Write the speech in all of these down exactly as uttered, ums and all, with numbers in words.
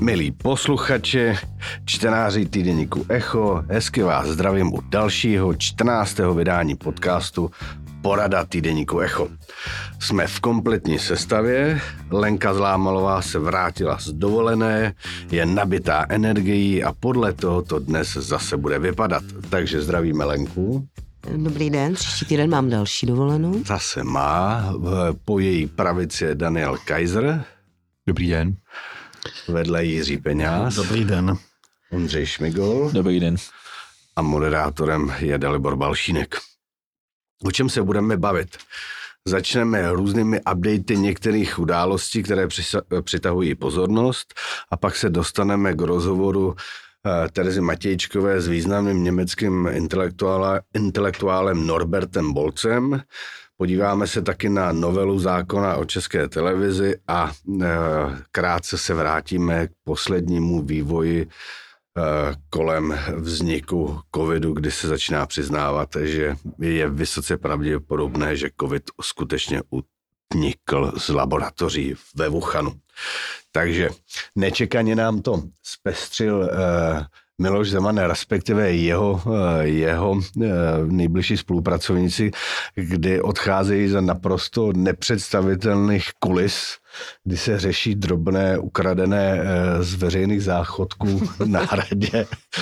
Milí posluchači, čtenáři týdeníku Echo, hezky vás zdravím u dalšího čtrnáctého vydání podcastu Porada týdeníku Echo. Jsme v kompletní sestavě, Lenka Zlámalová se vrátila z dovolené, je nabitá energií a podle toho to dnes zase bude vypadat. Takže zdravíme Lenku. Dobrý den, příští týden mám další dovolenou. Zase má, po její pravici je Daniel Kaiser. Dobrý den. Vedle Jiří Peňáz. Dobrý den. Ondřej Šmigol. Dobrý den. A moderátorem je Dalibor Balšínek. O čem se budeme bavit? Začneme různými updaty některých událostí, které přitahují pozornost, a pak se dostaneme k rozhovoru Terezy Matějčkové s významným německým intelektuálem Norbertem Bolzem. Podíváme se taky na novelu zákona o České televizi a krátce se vrátíme k poslednímu vývoji kolem vzniku covidu, kdy se začíná přiznávat, že je vysoce pravděpodobné, že covid skutečně unikl z laboratoří ve Wuhanu. Takže nečekaně nám to zpestřil Miloš Zeman, respektive jeho, jeho nejbližší spolupracovníci, kdy odcházejí za naprosto nepředstavitelných kulis, kdy se řeší drobné ukradené z veřejných záchodků na hradě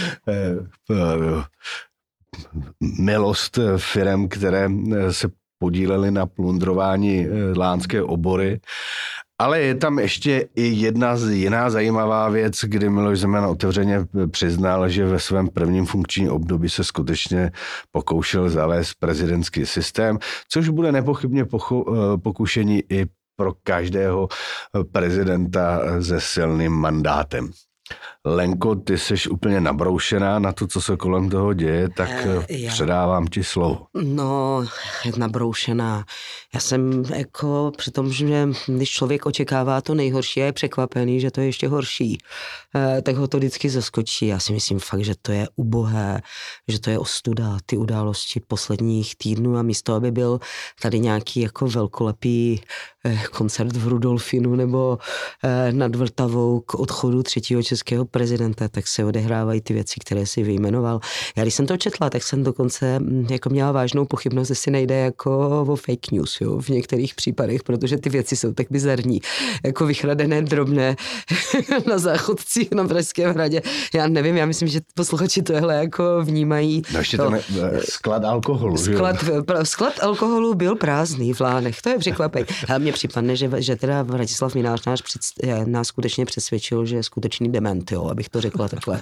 milost firem, které se podílely na plundrování lánské obory. Ale je tam ještě i jedna z jiná zajímavá věc, kdy Miloš Zeman otevřeně přiznal, že ve svém prvním funkčním období se skutečně pokoušel zavést prezidentský systém, což bude nepochybně pocho- pokušení i pro každého prezidenta se silným mandátem. Lenko, ty jsi úplně nabroušená na to, co se kolem toho děje, tak e, předávám ti slovo. No, nabroušená. Já jsem jako při tom, že když člověk očekává to nejhorší a je překvapený, že to je ještě horší, e, tak ho to vždycky zaskočí. Já si myslím fakt, že to je ubohé, že to je ostuda, ty události posledních týdnů, a místo, aby byl tady nějaký jako velkolepý e, koncert v Rudolfinu nebo e, nad Vltavou k odchodu třetího českého prezidenta, tak se odehrávají ty věci, které si vyjmenoval. Já když jsem to četla, tak jsem dokonce jako měla vážnou pochybnost, jestli nejde jako o fake news, jo, v některých případech, protože ty věci jsou tak bizarní, jako vychladené drobné na záchodcích na Pražském hradě. Já nevím, já myslím, že posluchači tohle jako vnímají. No ještě ten sklad alkoholu. Sklad, sklad alkoholu byl prázdný v Lánech, to je překvapení. A mně připadne, že, že teda Vratislav Minář nás, před, nás skutečně přesvědčil, že je skutečný dement, jo, abych to řekla takhle.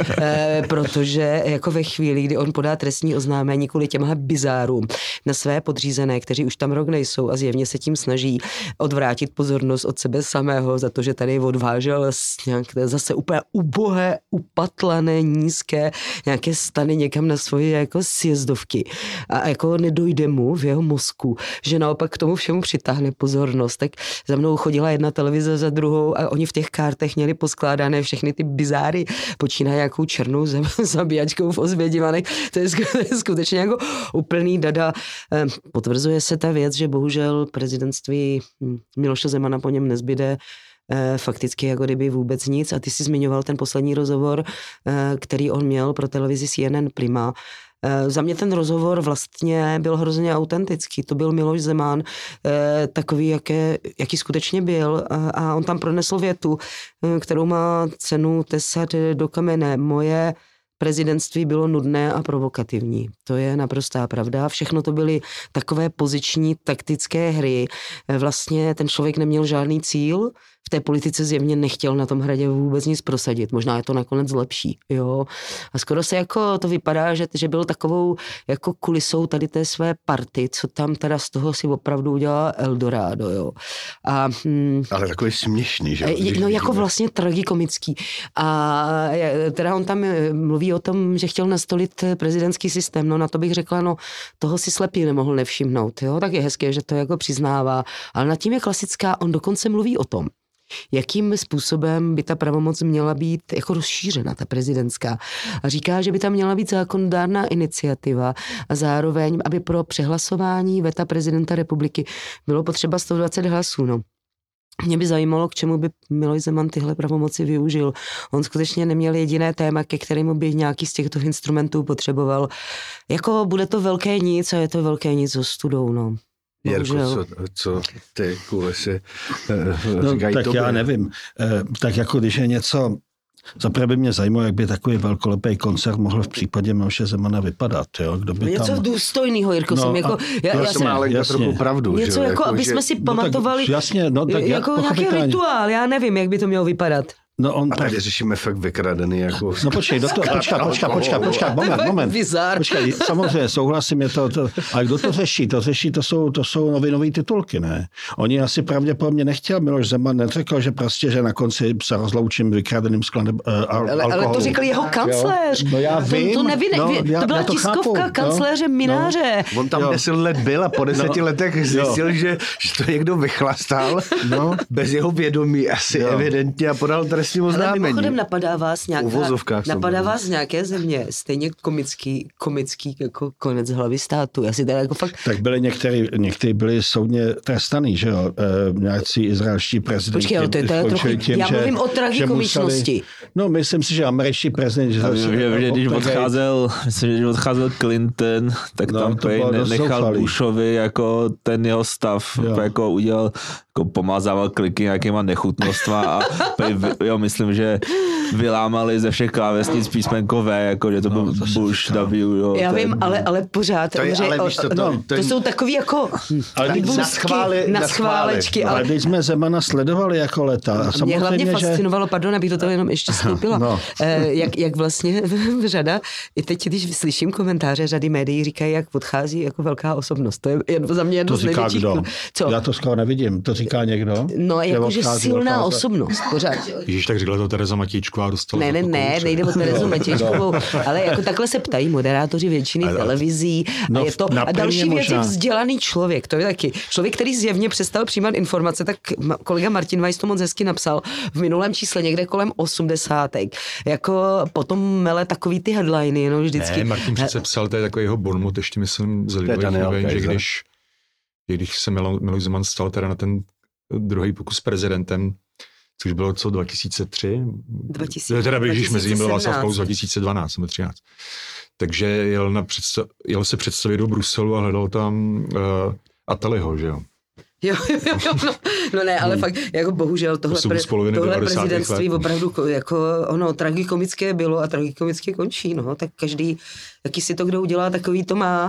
E, protože jako ve chvíli, kdy on podá trestní oznámení kvůli těmhle bizárům na své podřízené, kteří už tam rok nejsou a zjevně se tím snaží odvrátit pozornost od sebe samého za to, že tady odvážel nějaké zase úplně ubohé, upatlané, nízké nějaké stany někam na svoje jako sjezdovky a jako nedojde mu v jeho mozku, že naopak k tomu všemu přitáhne pozornost. Tak za mnou chodila jedna televize za druhou a oni v těch kartech měli poskládané všechny ty bizáry, počínají nějakou černou zabíjačkou v Ozvědivanech. To je skutečně jako úplný dada. Potvrzuje se ta věc, že bohužel prezidentství Miloše Zemana po něm nezbyde fakticky jako kdyby vůbec nic. A ty jsi zmiňoval ten poslední rozhovor, který on měl pro televizi C N N Prima. Za mě ten rozhovor vlastně byl hrozně autentický. To byl Miloš Zeman, takový, jaké, jaký skutečně byl. A on tam pronesl větu, kterou má cenu tesat do kamene. Moje prezidentství bylo nudné a provokativní. To je naprostá pravda. Všechno to byly takové poziční taktické hry. Vlastně ten člověk neměl žádný cíl, v té politice zjevně nechtěl na tom hradě vůbec nic prosadit. Možná je to nakonec lepší, jo. A skoro se jako to vypadá, že, že byl takovou jako kulisou tady té své party, co tam teda z toho si opravdu udělala Eldorado, jo. A, hm, ale takový směšný, že? No jako vlastně tragikomický. A teda on tam mluví o tom, že chtěl nastolit prezidentský systém. No na to bych řekla, no toho si slepý nemohl nevšimnout, jo. Tak je hezké, že to jako přiznává. Ale nad tím je klasická, on dokonce mluví o tom, jakým způsobem by ta pravomoc měla být jako rozšířena, ta prezidentská. A říká, že by tam měla být zákonodárná iniciativa a zároveň, aby pro přehlasování veta prezidenta republiky bylo potřeba sto dvacet hlasů. No. Mě by zajímalo, k čemu by Miloš Zeman tyhle pravomoci využil. On skutečně neměl jediné téma, ke kterému by nějaký z těchto instrumentů potřeboval. Jako bude to velké nic a je to velké nic so studou, no. Jirko, co, co ty kulisy no, říkají tak tobě? Já nevím. Tak jako když je něco... Zaprvé by mě zajímalo, jak by takový velkolepý koncert mohl v případě Miloše Zemana vypadat. Jo? Kdo by něco tam... důstojného, Jirko. No, jsem jako, já, já jsem ale trochu pravdu. Něco že? jako, jako, aby že... jsme si pamatovali, no tak, jasně, no, tak jako nějaký rituál, já nevím, jak by to mělo vypadat. No on a tady řešíme fakt vykradený jako... No počkej, do toho, počkej, počkej, počkej, počkej, moment, moment. Bizár. Počkej, samozřejmě, souhlasím, je to, to, ale kdo to řeší? To řeší, to jsou, to jsou novinové titulky, ne? Oni asi pravděpodobně nechtěl, Miloš Zeman neřekl, že prostě, že na konci se rozloučím vykradeným skladem uh, al- ale, ale to říkal jeho kancléř. No já vím. To, to, nevine, no, já, to byla já to tiskovka chápu, kancléře no, Mináře. No. On tam jo. deset let byl a po deseti no. letech zjistil, že, že to někdo vychlastal no. bez jeho vědomí asi jo. evidentně a podal trestní oznámení. Napadá vás nějaká, napadá vás nějaké země, stejně komický, komický jako konec hlavy státu. Já si teda jako fakt... Tak byli některý, někteří byli soudně trestaný, že jo, e, nějací izraelští prezidenti. Počkej, ale to je, to je trochu, tím, já mluvím že, o tragikomičnosti. Museli, no, myslím si, že američtí prezident... Že, že, že, že když odcházel, myslím, že když odcházel Clinton, tak no, tam ne, nechal Bushovi jako ten jeho stav, jako udělal, jako pomazával kliky nějakýma nechutnostma a jo, myslím, že vylámali ze všech klávesnic písmenko V, jako že to byl no, to Bush W. Jo, já ten, vím, ale, ale pořád. To, je, ale víš, to, to, no, to, to jsou takový jako na, schváli, na schválečky. Ale když jsme Zemana sledovali jako leta. A mě hlavně fascinovalo, že... pardon, abych do toho jenom ještě vstoupila, no. eh, jak, jak vlastně řada, i teď, když slyším komentáře řady médií, říkají, jak odchází jako velká osobnost. To je za mě jedno to z největších. Kdo? Co? Já to skoro nevidím. To říká někdo? No, jakože silná velká... osobnost, pořád. Ježíš, tak řekla to Tereza Matějčková, dostala Ne, ne, ne, nejde o Terezu Matějčkovou, ale jako takhle se ptají moderátoři většiny ale, televizí no, a je to, a další věc je vzdělaný člověk, to je taky. Člověk, který zjevně přestal přijímat informace, tak kolega Martin Weiss to moc hezky napsal v minulém čísle, někde kolem osmdesátek. Jako potom mele takový ty headliny, no vždycky. Ne, Martin přece psal, to je takový jeho bonmot, ještě myslím z Lidových novin, že když, když se Miloš Zeman stal teda na ten druhý pokus prezidentem, což bylo co, dva tisíce tři? dva tisíce, teda běžíš, mezi ním byl Václav Klaus dva tisíce dvanáct nebo třináct. Takže jel, na představ, jel se představit do Bruselu a hledal tam uh, Attaliho, že jo? Jo, jo, jo, no, no ne, ale hmm. fakt, jako bohužel tohle, pre, tohle prezidentství let. Opravdu jako ono tragikomické bylo a tragikomické končí, no, tak každý, jaký si to kdo udělá, takový to má.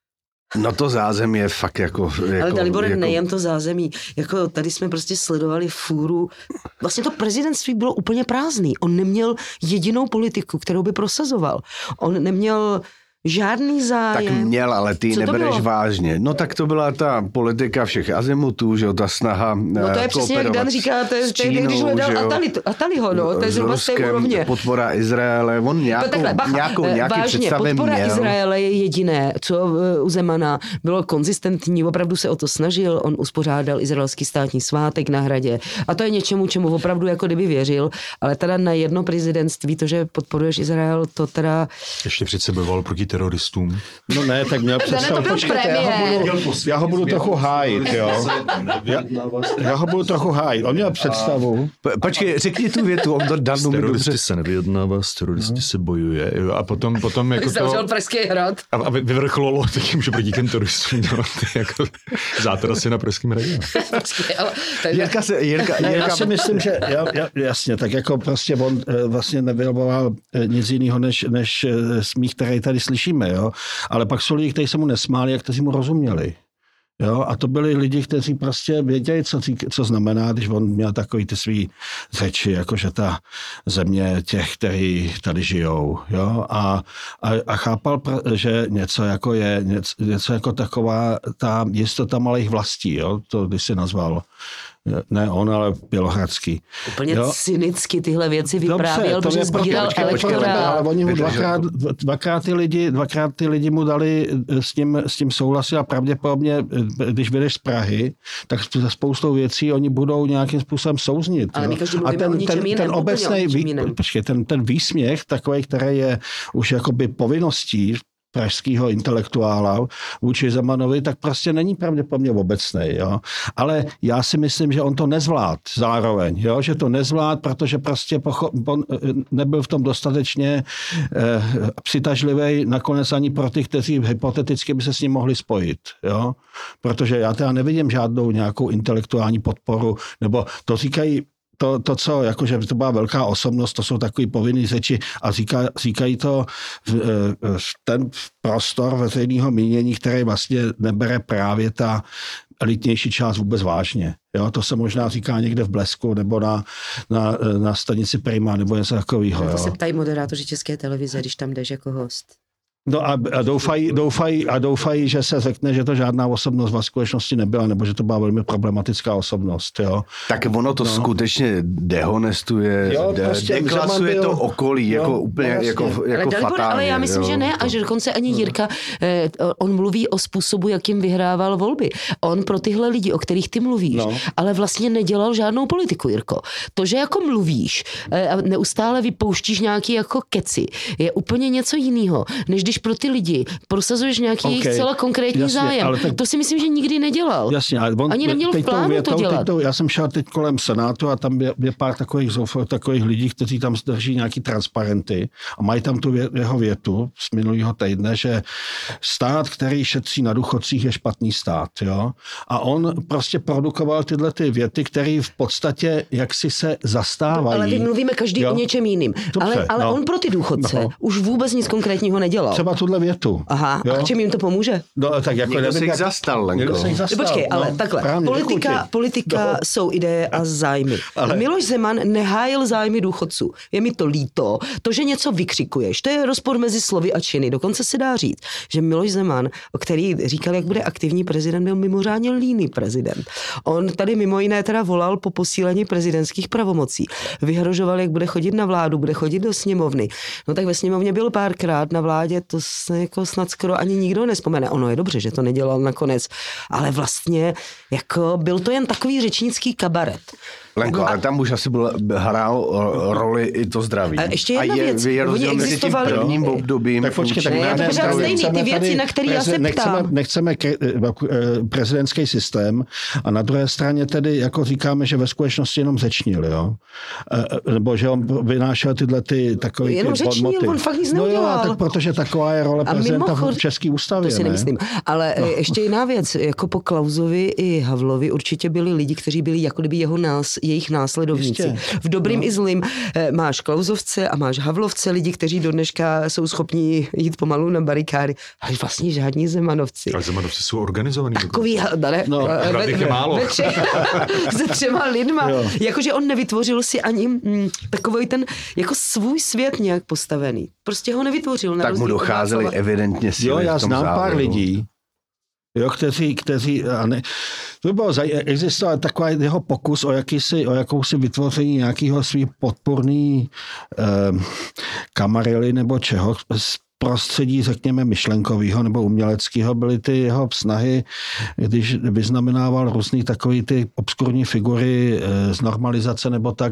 No to zázemí je fakt jako... jako ale Dalibor, jako... nejen to zázemí, jako tady jsme prostě sledovali fůru, vlastně to prezidentství bylo úplně prázdný, on neměl jedinou politiku, kterou by prosazoval, on neměl... Žádný zájem. Tak měl, ale ty ji nebereš vážně. No tak to byla ta politika všech azimutů, že jo, ta snaha no to je přesně, jak Dan říká, to je, to je když hledal Atali, Ataliho, no, to je zhruba z té úrovně. Podpora Izraele, on nějakou, takhle, bacha, nějakou, nějaký vážně, představem podpora měl. Izraele je jediné, co u Zemana bylo konzistentní, opravdu se o to snažil, on uspořádal izraelský státní svátek na Hradě a to je něčemu, čemu opravdu jako kdyby věřil, ale teda na jedno prezidentství, to, že podporuješ Izrael, to teda... Ještě před sebou vol proti teroristům. No ne, tak měl představu. Počkejte, já ho budu, já ho budu trochu hájit, jo. Já, já ho budu trochu hájit. On měl představu. Počkej, řekni tu větu, on to dal. S teroristy se nevyjednává, s teroristy se bojuje. Jo, a potom, potom jako to... Zavřel Pražský hrad. A, a vyvrcholilo takým, že proti těm teroristům, no, ty jako zátarasy na Pražském hradě. Jirka se, Jirka, ne, Jirka... Já si myslím, že já, já, jasně, tak jako prostě on vlastně nevyroboval nic jiného, než, než smích, který tady slyšíme, jo. Ale pak jsou lidi, kteří se mu nesmáli a kteří mu rozuměli. Jo, a to byli lidi, kteří prostě věděli, co, co znamená, když on měl takový ty svý řeči, jakože ta země těch, kteří tady žijou. Jo, a, a, a chápal, že něco jako je, něco, něco jako taková ta jistota malých vlastí, jo, to když si nazval. Ne on, ale Bělohradský. Úplně jo? Cynicky tyhle věci vyprávěl, protože sbíral elektorát. Ale oni mu dvakrát, dvakrát, ty lidi, dvakrát ty lidi mu dali s tím, s tím souhlasit a pravděpodobně, když vyjdeš z Prahy, tak za spoustou věcí oni budou nějakým způsobem souznit. Ale my každý a ten, o ničem ten, jiném, ten obecnej, vý, počkej, ten, ten výsměch, takový, který je už jakoby povinností, pražského intelektuála vůči Zemanovi, tak prostě není pravděpodobně obecnej. Jo? Ale já si myslím, že on to nezvlád zároveň, jo? Že to nezvlád, protože prostě pocho- on nebyl v tom dostatečně eh, přitažlivý nakonec ani pro ty, kteří hypoteticky by se s ním mohli spojit. Jo? Protože já teda nevidím žádnou nějakou intelektuální podporu, nebo to říkají To, to, co, jakože to byla velká osobnost, to jsou takový povinný řeči a říká, říkají to v, v ten prostor veřejného mínění, který vlastně nebere právě ta elitnější část vůbec vážně. Jo, to se možná říká někde v Blesku nebo na, na, na stanici Prima nebo něco takového. To se ptají moderátoři České televize, když tam jdeš jako host. No a, a, doufají, doufají, a doufají, že se řekne, že to žádná osobnost v skutečnosti nebyla, nebo že to byla velmi problematická osobnost. Jo. Tak ono to no. skutečně dehonestuje, jo, de, prostě, deklasuje byl, to okolí, jako no, úplně vlastně. jako, jako ale fatálně. Ale já myslím, jo, že ne, to... a že dokonce ani Jirka, eh, on mluví o způsobu, jakým vyhrával volby. On pro tyhle lidi, o kterých ty mluvíš, no. ale vlastně nedělal žádnou politiku, Jirko. To, že jako mluvíš eh, a neustále vypouštíš nějaký jako keci, je úplně něco jiného, než když pro ty lidi prosazuješ nějaký okay. jejich celá konkrétní jasně, zájem. Tak... To si myslím, že nikdy nedělal. Jasně, ale on, ani neměl v plánu větou, to dělat. To, já jsem šel teď kolem Senátu a tam je, je pár takových zoufal, takových lidí, kteří tam drží nějaký transparenty a mají tam tu vě, jeho větu z minulého týdne, že stát, který šetří na důchodcích, je špatný stát. Jo? A on prostě produkoval tyhle ty věty, které v podstatě jaksi se zastávají. Ale my mluvíme každý jo? o něčem jiným. Dobře, ale ale no. on pro ty důchodce no. už vůbec nic konkrétního nedělal. Třeba tuhle větu. Aha, jo? A čem jim to pomůže? No, tak jako někdo se jich jak... zastal, Lenko. Se jich zastal. Počkej, ale no, takhle. Právě, politika politika no. jsou ideje a zájmy. Ale... Miloš Zeman nehájil zájmy důchodců. Je mi to líto. To, že něco vykřikuješ, to je rozpor mezi slovy a činy. Dokonce se dá říct, že Miloš Zeman, který říkal, jak bude aktivní prezident, byl mimořádně líný prezident. On tady mimo jiné teda volal po posílení prezidentských pravomocí. Vyhrožoval, jak bude chodit na vládu, bude chodit do sněmovny. No tak ve sněmovně byl párkrát, na vládě to se jako snad skoro ani nikdo nespomene. Ono je dobře, že to nedělal nakonec, ale vlastně jako byl to jen takový řečnický kabaret. Lenko, no a... ale tam už asi byl, hrál roli i to zdraví. A ještě jedna a je, věc. je rozdíl mezi tím prvním obdobím. Tak počkej, tak ne, to pořád stejný, ty věci, na které já se ptám. Nechceme, nechceme prezidentský systém a na druhé straně tedy jako říkáme, že ve skutečnosti jenom řečnil, jo? Nebo že on vynášel tyhle ty takové ty jenom řečnil, on fakt nic neudělal. No jo, tak protože taková je role prezidenta v české ústavě. To si ne? nemyslím. Ale no. ještě jiná věc, jako po Klausovi i Havlovi určitě byli lidi, kteří byli jako kdyby jeho nás, jejich následovníci. Ještě. V dobrým no. i zlým. Máš Klausovce a máš Havlovce, lidi, kteří do dneška jsou schopni jít pomalu na barikády, ale vlastně žádní Zemanovci. Ale Zemanovci jsou organizovaní. Takový, ne, no, ve, je málo. Ve tře, se třema lidma. Jakože on nevytvořil si ani mm, takový ten jako svůj svět nějak postavený. Prostě ho nevytvořil. Tak mu docházeli evidentně síly. Jo, já v tom znám závěru. pár lidí, jo, kteří, kteří, a ne, to by bylo, existoval takový jeho pokus o, jakýsi, o jakousi vytvoření nějakého svý podporný eh, kamarely nebo čeho, prostředí, řekněme, myšlenkového nebo uměleckého, byly ty jeho snahy, když vyznamenával různý takový ty obskurní figury z normalizace nebo tak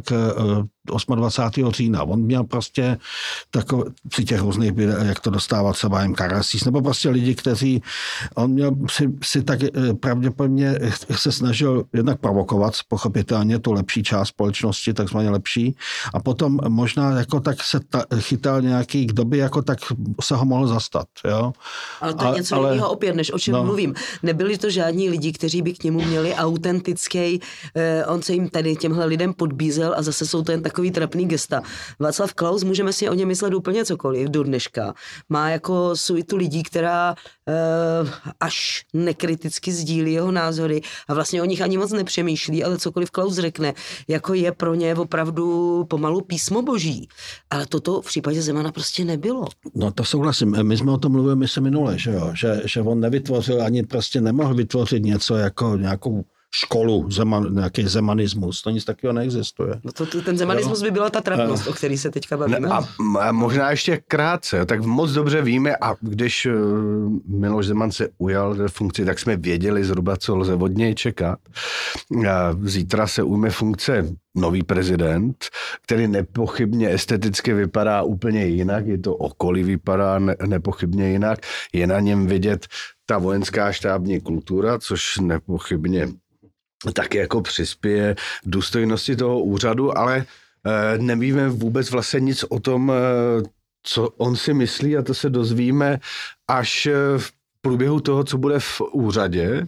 dvacátého osmého října. On měl prostě takový, při těch různých, jak to dostával třeba jim Karasís, nebo prostě lidi, kteří, on měl si, si tak pravděpodobně se snažil jednak provokovat, pochopitelně tu lepší část společnosti, takzvaně lepší, a potom možná jako tak se ta, chytal nějaký, kdo by jako tak se ho mohl zastat. Jo? Ale to je něco jiného opět, než o čem no. mluvím. Nebyli to žádní lidi, kteří by k němu měli autentický, eh, on se jim tady těmhle lidem podbízel a zase jsou to jen takový trapný gesta. Václav Klaus, můžeme si o něm myslet úplně cokoliv do dneška. Má jako suitu lidí, která eh, až nekriticky sdílí jeho názory a vlastně o nich ani moc nepřemýšlí, ale cokoliv Klaus řekne, jako je pro ně opravdu pomalu písmo boží. Ale toto v případě Zemana prostě nebylo. No to souhlasím. My jsme o tom mluvili se minule, že jo? Že, že on nevytvořil, ani prostě nemohl vytvořit něco jako nějakou školu, zeman, nějaký zemanismus, to nic takového neexistuje. No to, to, ten zemanismus jo. by byla ta trapnost, o který se teďka bavíme. A, a možná ještě krátce, tak moc dobře víme a když Miloš Zeman se ujal té funkci, tak jsme věděli zhruba, co lze od něj čekat. Zítra se ujme funkce nový prezident, který nepochybně esteticky vypadá úplně jinak, je to okolí vypadá ne, nepochybně jinak, je na něm vidět ta vojenská štábní kultura, což nepochybně tak jako přispěje důstojnosti toho úřadu, ale e, nevíme vůbec vlastně nic o tom, e, co on si myslí a to se dozvíme až v průběhu toho, co bude v úřadě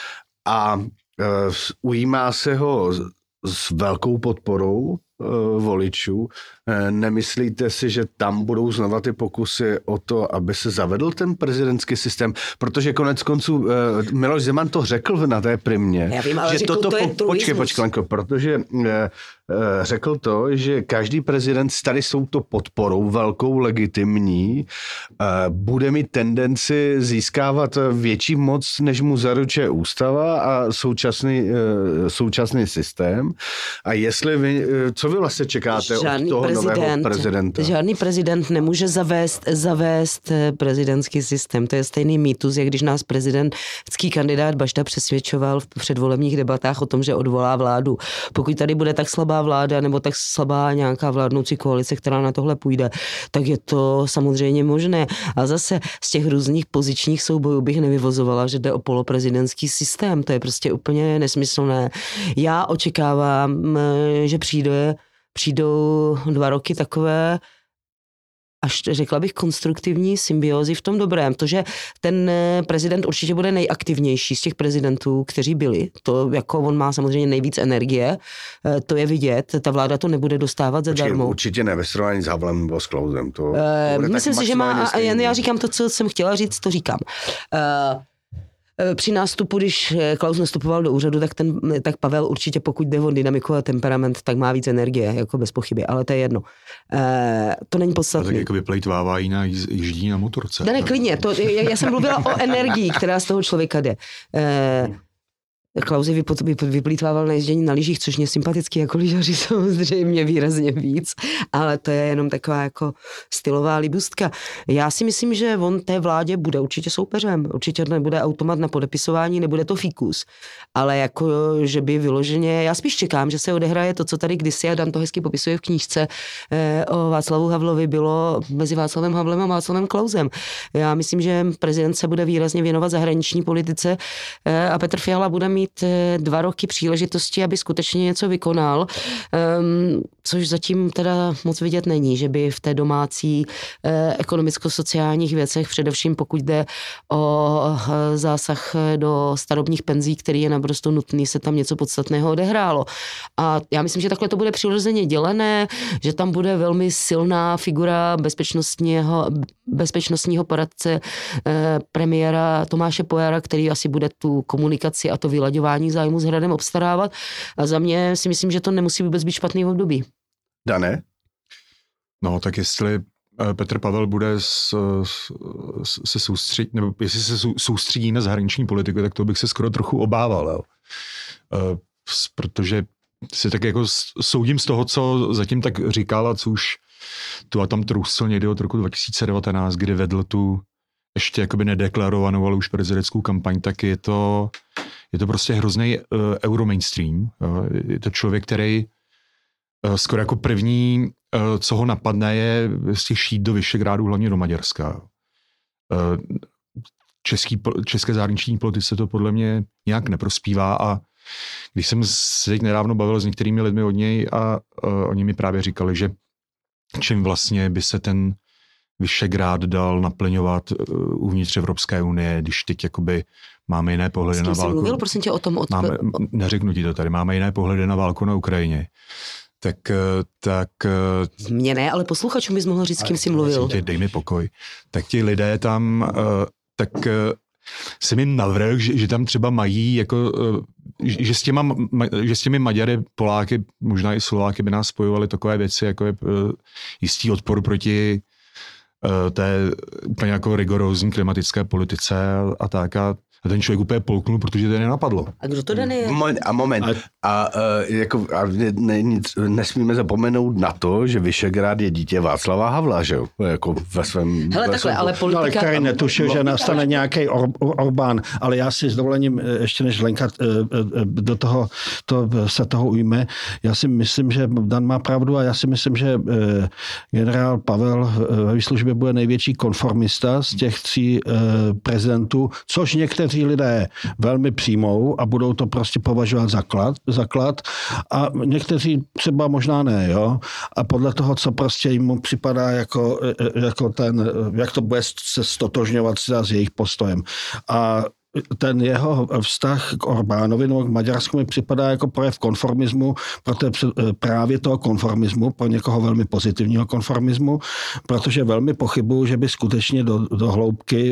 a e, ujímá se ho s velkou podporou e, voličů. E, nemyslíte si, že tam budou znova ty pokusy o to, aby se zavedl ten prezidentský systém? Protože konec konců e, Miloš Zeman to řekl na té primě. Já vím, ale že řekl, toto, to je po, počkej, počkej, Lenko, protože e, řekl to, že každý prezident tady s touto podporou velkou legitimní bude mít tendenci získávat větší moc, než mu zaručuje ústava a současný, současný systém. A jestli vy, co vy vlastně čekáte žádný od toho prezident, nového prezidenta? Žádný prezident nemůže zavést, zavést prezidentský systém. To je stejný mýtus, jak když nás prezidentský kandidát Bašta přesvědčoval v předvolebních debatách o tom, že odvolá vládu. Pokud tady bude tak slabá vláda nebo tak slabá nějaká vládnoucí koalice, která na tohle půjde, tak je to samozřejmě možné. A zase z těch různých pozičních soubojů bych nevyvozovala, že jde o poloprezidentský systém. To je prostě úplně nesmyslné. Já očekávám, že přijde, přijdou dva roky takové až řekla bych konstruktivní symbiózy v tom dobrém. To, že ten prezident určitě bude nejaktivnější z těch prezidentů, kteří byli. To jako on má samozřejmě nejvíc energie, to je vidět. Ta vláda to nebude dostávat zadarmo. Určitě ne ve srovnání s Havlem nebo s Klausem. To, to uh, myslím si, že má, a já říkám to, co jsem chtěla říct, to říkám. Uh, Při nástupu, když Klaus nastupoval do úřadu, tak, ten, tak Pavel určitě, pokud jde o dynamiku a temperament, tak má víc energie, jako bez pochyby, ale to je jedno. E, to není podstatné. Tak jako vyplejtvává jiná jíždí na motorce. Ne, ne, klidně, to, já, já jsem mluvila o energii, která z toho člověka jde. E, Klaus vyplýtvával na ježdění na lyžích, což mě sympaticky jako lyžaři samozřejmě výrazně víc, ale to je jenom taková jako stylová libustka. Já si myslím, že on té vládě bude určitě soupeřem, určitě nebude automat na podepisování, nebude to fíkus, ale jako, že by vyloženě, já spíš čekám, že se odehraje to, co tady kdysi, a Dan to hezky popisuje v knížce eh, o Václavu Havlovi, bylo mezi Václavem Havlem a Václavem Klausem. Já myslím, že prezident se bude výrazně věnovat zahraniční politice eh, a Petr Fiala bude mít dva roky příležitosti, aby skutečně něco vykonal, um, což zatím teda moc vidět není, že by v té domácí eh, ekonomicko-sociálních věcech, především pokud jde o eh, zásah do starobních penzí, který je naprosto nutný, se tam něco podstatného odehrálo. A já myslím, že takhle to bude přirozeně dělené, že tam bude velmi silná figura bezpečnostního, bezpečnostního poradce eh, premiéra Tomáše Pojara, který asi bude tu komunikaci a to vylaďování zájmu s Hradem obstarávat. A za mě si myslím, že to nemusí vůbec být špatný období. Dané? No, tak jestli Petr Pavel bude se soustředit, nebo jestli se soustředí na zahraniční politiku, tak to bych se skoro trochu obával, jo. Protože si tak jako soudím z toho, co zatím tak říkal a co už tu a tam trusil někdy od roku dva tisíce devatenáct, kdy vedl tu ještě jakoby nedeklarovanou, ale už prezidentskou kampaň, tak je to, je to prostě hrozný uh, euromainstream. Uh, je to člověk, který uh, skoro jako první, uh, co ho napadne, je vlastně šít do Vyšegrádu, hlavně do Maďarska. Uh, český, české zahraniční politice to podle mě nějak neprospívá a když jsem se teď nedávno bavil s některými lidmi od něj a uh, oni mi právě říkali, že čím vlastně by se ten Vyšegrád dal naplňovat uh, uvnitř Evropské unie, když teď jakoby máme jiné pohledy na válku. Mluvil, prosím tě, o tom od... máme, neřeknu ti to tady, máme jiné pohledy na válku na Ukrajině. Tak, tak... Mně ne, ale posluchačům bys mohl říct, s kým jsi mluvil. Tě, dej mi pokoj. Tak ti lidé tam, uh, tak uh, jsem jim navrhl, že, že tam třeba mají jako... Uh, že s, těma, že s těmi Maďary, Poláky, možná i Slováky by nás spojovaly takové věci, jako je uh, jistý odpor proti uh, té úplně jako rigorózní klimatické politice a, a tak. A A ten člověk úplně polknul, protože to je nenapadlo. A kdo to den je? Moment, a moment. A, a, jako, a ne, nic, nesmíme zapomenout na to, že Vyšegrad je dítě Václava Havla, že jo? Jako ve svém... Hele, ve takhle, svém... ale politika... No, ale který netušil, že nastane nějaký Or, Orbán, ale já si s dovolením, ještě než Lenka do toho, to, se toho ujme, já si myslím, že Dan má pravdu a já si myslím, že generál Pavel ve výslužbě bude největší konformista z těch tří prezidentů, což někteří lidé velmi přijmou a budou to prostě považovat za klad, za klad a někteří třeba možná ne, jo. A podle toho, co prostě jim připadá jako, jako ten, jak to bude se stotožňovat s jejich postojem. A ten jeho vztah k Orbánovi nebo k Maďarsku mi připadá jako projev konformismu, proto právě toho konformismu, pro někoho velmi pozitivního konformismu, protože velmi pochybuju, že by skutečně do, do hloubky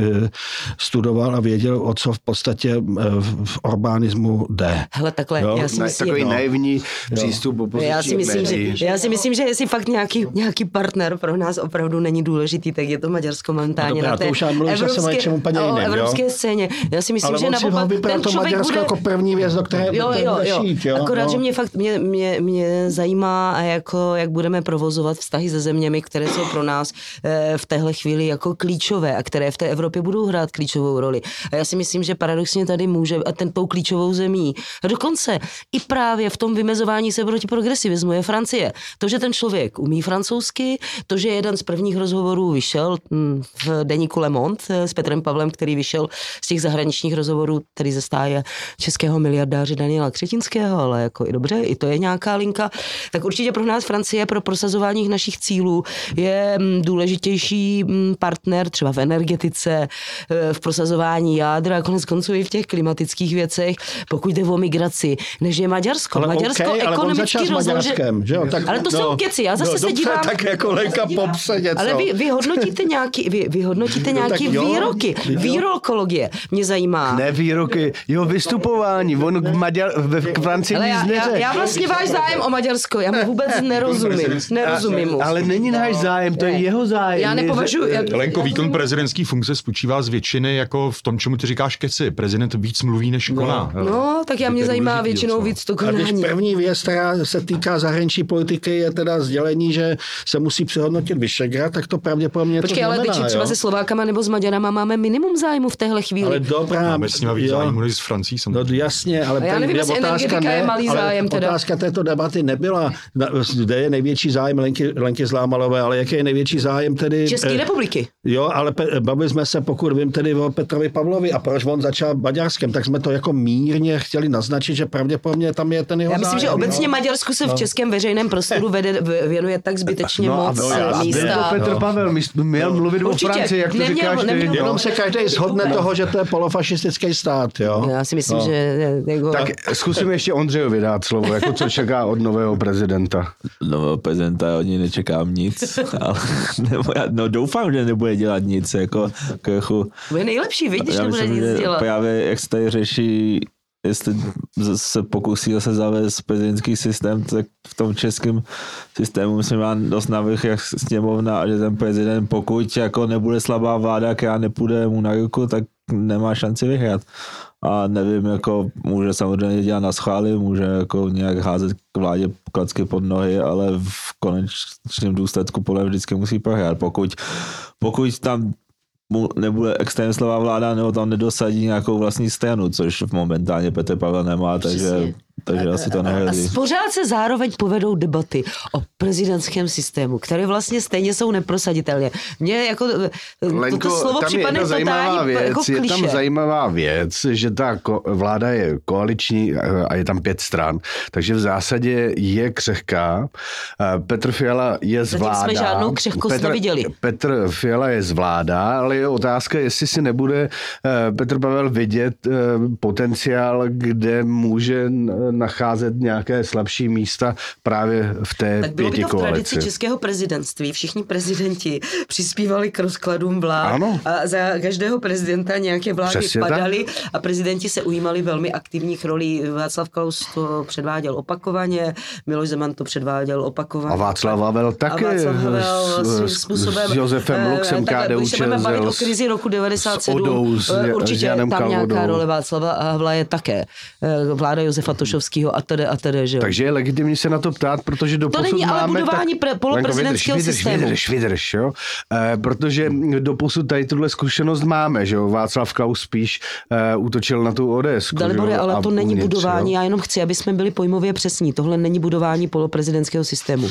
studoval a věděl, o co v podstatě v Orbánismu jde. Hele, takhle, jo? já si myslím... Takový no. naivní přístup opozičních já si myslím, médií. že, já si myslím, že jestli fakt nějaký, nějaký partner pro nás opravdu není důležitý, tak je to Maďarsko momentálně no, na té evropské, o, evropské scéně. Já si myslím, ale že naopak ten to člověk Maďarsko bude... jako první věc, do které jo, jo, jo. šít, jo. Akorát, no. že mě fakt mě, mě, mě zajímá, jako, jak budeme provozovat vztahy se zeměmi, které jsou pro nás eh, v téhle chvíli jako klíčové a které v té Evropě budou hrát klíčovou roli. A já si myslím, že paradoxně tady může a ten tou klíčovou zemí. A dokonce i právě v tom vymezování se proti progresivismu je Francie. To, že ten člověk umí francouzsky, to, že jeden z prvních rozhovorů vyšel hm, v deníku Le Monde s Petrem Pavlem, který vyšel z těch zahraničních rozhovorů, tedy ze stáje českého miliardáře Daniela Křetínského, ale jako i dobře, i to je nějaká linka, tak určitě pro nás Francie pro prosazování našich cílů je důležitější partner třeba v energetice, v prosazování jádra a konec konců i v těch klimatických věcech, pokud jde o migraci, než je Maďarsko. Ale Maďarsko okay, ekonomicky ale rozlože... že jo? Tak, ale to no, jsou keci, já zase no, se dobře, dívám... tak jako Lenka popře něco. Ale vy, vy hodnotíte nějaký, vy, vy hodnotíte no, nějaký jo, výroky, výrokologie mě zajímá. Ne výroky, jo, vystupování, on k, Maďar, k Francii ale nic já, já, já vlastně váš zájem o Maďarsko, já mu vůbec nerozumím, nerozumím mu. Ale není náš zájem, to je jeho zájem. Já nepovažuji... Já, Lenko, výkon prezidentský funkce spočívá z většiny jako v tom, čemu ty říkáš keci. Prezident víc mluví, než koná. No, no tak já mě zajímá většinou víc to konání. A když první věc, která se týká zahraniční politiky, je teda sdělení, že se musí přehodnotit Vyšegrad, tak to pravděpodobně Počkej, to znamená, ale třeba jo? se Slovákama nebo s Maďarama máme minimum zájmu v téhle chvíli. Ale dobrá. Máme s nimi víc zájmu než s Francií. No jasně, ale já nevím, jestli energetika je malý zájem teda. Otázka této debaty nebyla, kde je největší zájem Lenky, Lenky Zlámalové, ale jaký je největší zájem tedy... České republiky. Jo, ale pe, bavili jsme se, pokud vím, tedy o Petrovi Pavlovi a proč on začal Maďarskem, tak jsme to jako mírně chtěli naznačit, že pravděpodobně tam je ten jeho Já myslím, zájem, že obecně no. Maďarsku se v no. českém veřejném prostoru vede, věnuje tak zbytečně no, moc a místa. byl to Petr no. Pavel, měl mluvit o Francii, jak to neměl, říkáš neměl, ty. Jenom se každý shodne no. toho, že to je polofašistický stát, jo. Já si myslím, no. že... Jako... Tak zkusím ještě Ondřejovi dát slovo, jako co čeká od nového prezidenta. Nového prezidenta od něj nečekám nic, ale nebo já, no doufám, že nebude dělat nic, jako, jako bude nejlepší, vidíš, já nebude myslím, nic že dělat. Právě jak se tady řeší, jestli se pokusí zase zavést prezidentský systém, tak v tom českém systému myslím, má dost navrch jak sněmovna a že ten prezident, pokud jako nebude slabá vláda, která nepůjde mu na ruku, tak nemá šanci vyhrát. A nevím, jako může samozřejmě dělat na schvály, může jako nějak házet k vládě klacky pod nohy, ale v konečném důsledku podle vždycky musí prohrát. Pokud, pokud tam mu nebude extrémně slabá vláda, nebo tam nedosadí nějakou vlastní stranu, což momentálně Petr Pavel nemá, takže, takže asi to nehrozí. A pořád se zároveň povedou debaty o prezidentském systému, které vlastně stejně jsou neprosaditelné. Mně jako Lenko, toto slovo připadne totální věc, jako klišé. Je tam zajímavá věc, že ta ko- vláda je koaliční a je tam pět stran, takže v zásadě je křehká. Petr Fiala je zvládá. Zatím jsme žádnou křehkost Petr, neviděli. Petr Fiala je zvládá, ale je otázka, jestli si nebude Petr Pavel vidět potenciál, kde může nacházet nějaké slabší místa právě v té tak bylo by to v pětikoalici. tradici českého prezidentství. Všichni prezidenti přispívali k rozkladům vlád ano. a za každého prezidenta nějaké vlády Přesně padaly a prezidenti se ujímali velmi aktivních rolí. Václav Klaus to předváděl opakovaně, Miloš Zeman to předváděl opakovaně. A Václav Havel taky. A Václav Havel svým způsobem. S Josefem Luxem, K D U ČSL. Když se budeme bavit o krizi roku devadesát sedm, Odou, s, určitě s tam Kalvodou. nějaká role Václava Havla je také. Vláda Josefa Tošovského a tedy a tedy, že jo. Takže je legitimní se na to ptát, protože do To není ale budování tak... poloprezidentského vydrž, systému. Vydrž, vydrž, jo. E, protože do posud tady tuhle zkušenost máme, že jo. Václav Klaus spíš e, útočil na tu O D S. Dalibore, ale to není uvnitř, budování, jo? já jenom chci, aby jsme byli pojmově přesní. Tohle není budování poloprezidentského systému.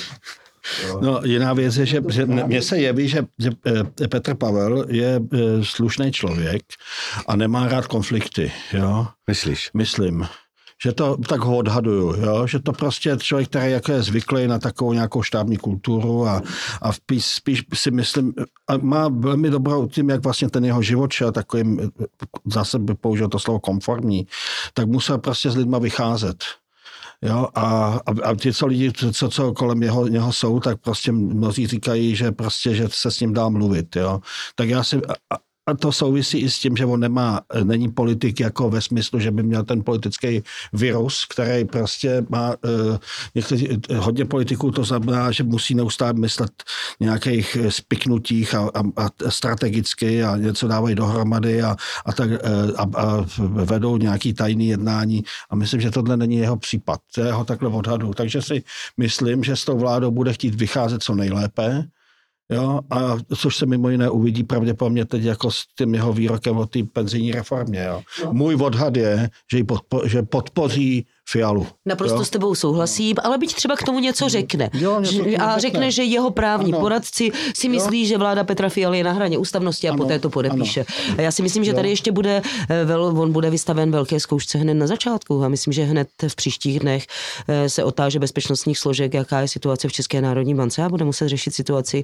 No, jiná věc je, že, že mně se jeví, že, že Petr Pavel je slušný člověk a nemá rád konflikty. Jo? Myslíš? Myslím. Že to tak ho odhaduju, jo? Že to prostě člověk, který jako je zvyklý na takovou nějakou štábní kulturu a, a spíš, spíš si myslím, a má velmi dobrou tím, jak vlastně ten jeho život šel takovým, zase by použil to slovo konformní, tak musel prostě s lidma vycházet. Jo, a, a, a ti, co lidi, co, co kolem jeho, něho jsou, tak prostě mnozí říkají, že prostě, že se s ním dá mluvit, jo. Tak já si, a, a to souvisí i s tím, že on nemá, není politik jako ve smyslu, že by měl ten politický virus, který prostě má, uh, někteří, hodně politiků to znamená, že musí neustále myslet nějakých spiknutích a, a, a strategicky a něco dávají dohromady a, a, tak, a, a vedou nějaký tajný jednání a myslím, že tohle není jeho případ. Já ho takhle odhadu. Takže si myslím, že s tou vládou bude chtít vycházet co nejlépe. Jo, a což se mimo jiné uvidí pravděpodobně teď jako s tím jeho výrokem o té penzijní reformě. Jo. No. Můj odhad je, že, ji podpo, že podpoří Fialu. Naprosto jo? S tebou souhlasím, ale byť třeba k tomu něco řekne. Jo, něco a řekne, řekne, že jeho právní ano. poradci si myslí, jo? že vláda Petra Fialy je na hraně ústavnosti a ano. poté to podepíše. Ano. A já si myslím, že tady jo. ještě bude, vel, on bude vystaven velké zkoušce hned na začátku a myslím, že hned v příštích dnech se otáže bezpečnostních složek, jaká je situace v České národní bance a bude muset řešit situaci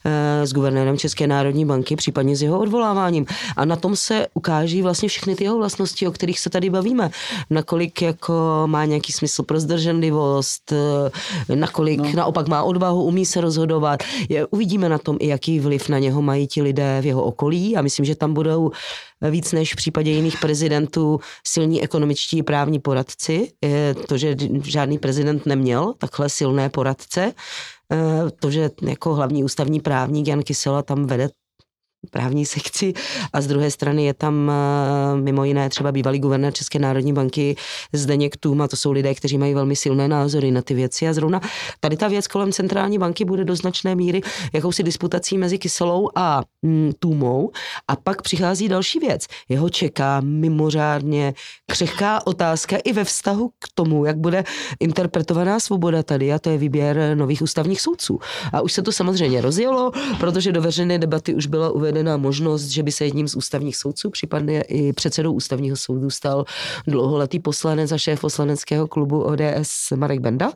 s guvernérem České národní banky, případně s jeho odvoláváním. A na tom se ukáží vlastně všechny ty jeho vlastnosti, o kterých se tady bavíme. Nakolik jako má nějaký smysl pro zdrženlivost, nakolik no. naopak má odvahu, umí se rozhodovat. Je, uvidíme na tom i jaký vliv na něho mají ti lidé v jeho okolí a myslím, že tam budou víc než v případě jiných prezidentů silní ekonomičtí právní poradci. To, že žádný prezident neměl takhle silné poradce, to, že jako hlavní ústavní právník Jan Kysela tam vede právní sekci a z druhé strany je tam mimo jiné třeba bývalý guvernér České národní banky Zdeněk Tůma, to jsou lidé, kteří mají velmi silné názory na ty věci a zrovna tady ta věc kolem centrální banky bude do značné míry jakousi disputací mezi Kyselou a mm, Tůmou a pak přichází další věc. Jeho čeká mimořádně křehká otázka i ve vztahu k tomu, jak bude interpretovaná svoboda tady a to je výběr nových ústavních soudců. A už se to samozřejmě rozjelo, protože do veřejné debaty už byla uvedena možnost, že by se jedním z ústavních soudců, případně i předsedou ústavního soudu stal dlouholetý poslanec a šéf poslaneckého klubu O D S Marek Benda.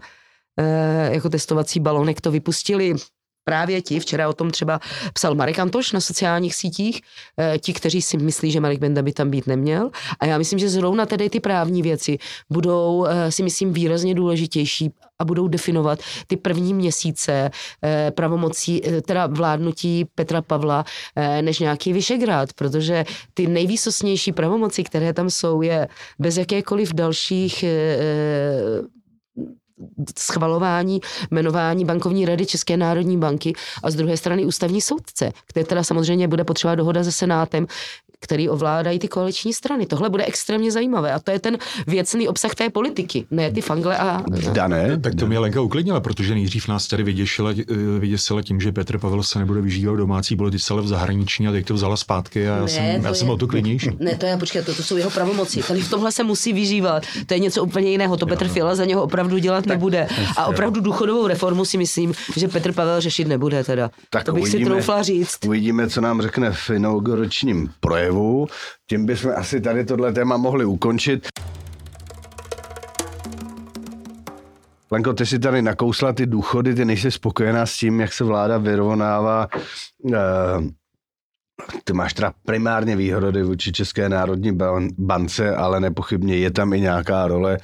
E, jako testovací balonek to vypustili právě ti, včera o tom třeba psal Marek Antoš na sociálních sítích, e, ti, kteří si myslí, že Marek Benda by tam být neměl. A já myslím, že zrovna tedy ty právní věci budou, e, si myslím, výrazně důležitější a budou definovat ty první měsíce e, pravomocí, e, teda vládnutí Petra Pavla e, než nějaký Vyšegrád, protože ty nejvýsostnější pravomoci, které tam jsou, je bez jakékoliv dalších e, schvalování, jmenování bankovní rady České národní banky a z druhé strany ústavní soudce, který teda samozřejmě bude potřebovat dohoda se Senátem, který ovládají ty koaliční strany. Tohle bude extrémně zajímavé a to je ten věcný obsah té politiky, ne ty fangle a... Dané. Tak to mě Lenka uklidnila, protože nejdřív nás tady vyděsila, vyděsila tím, že Petr Pavel se nebude vyžívat v domácí politice, ale v zahraniční a teď to vzala zpátky a já ne, jsem, já jsem o to klidnější. Ne, to je, počkej, to, to jsou jeho pravomoci. Tady v tomhle se musí vyžívat. To je něco úplně jiného. To Petr Fiala za něho opravdu dělat nebude. A opravdu důchodovou reformu si myslím, že Petr Pavel řešit nebude teda. Tak to bych uvidíme, si troufla říct. Uvidíme, co nám řekne v inauguračním projevu. Tím bychom asi tady tohle téma mohli ukončit. Lenko, ty si tady nakousla ty důchody, ty nejsi spokojená s tím, jak se vláda vyrovnává eh, ty máš teda primárně výhody vůči České národní bance, ale nepochybně je tam i nějaká role,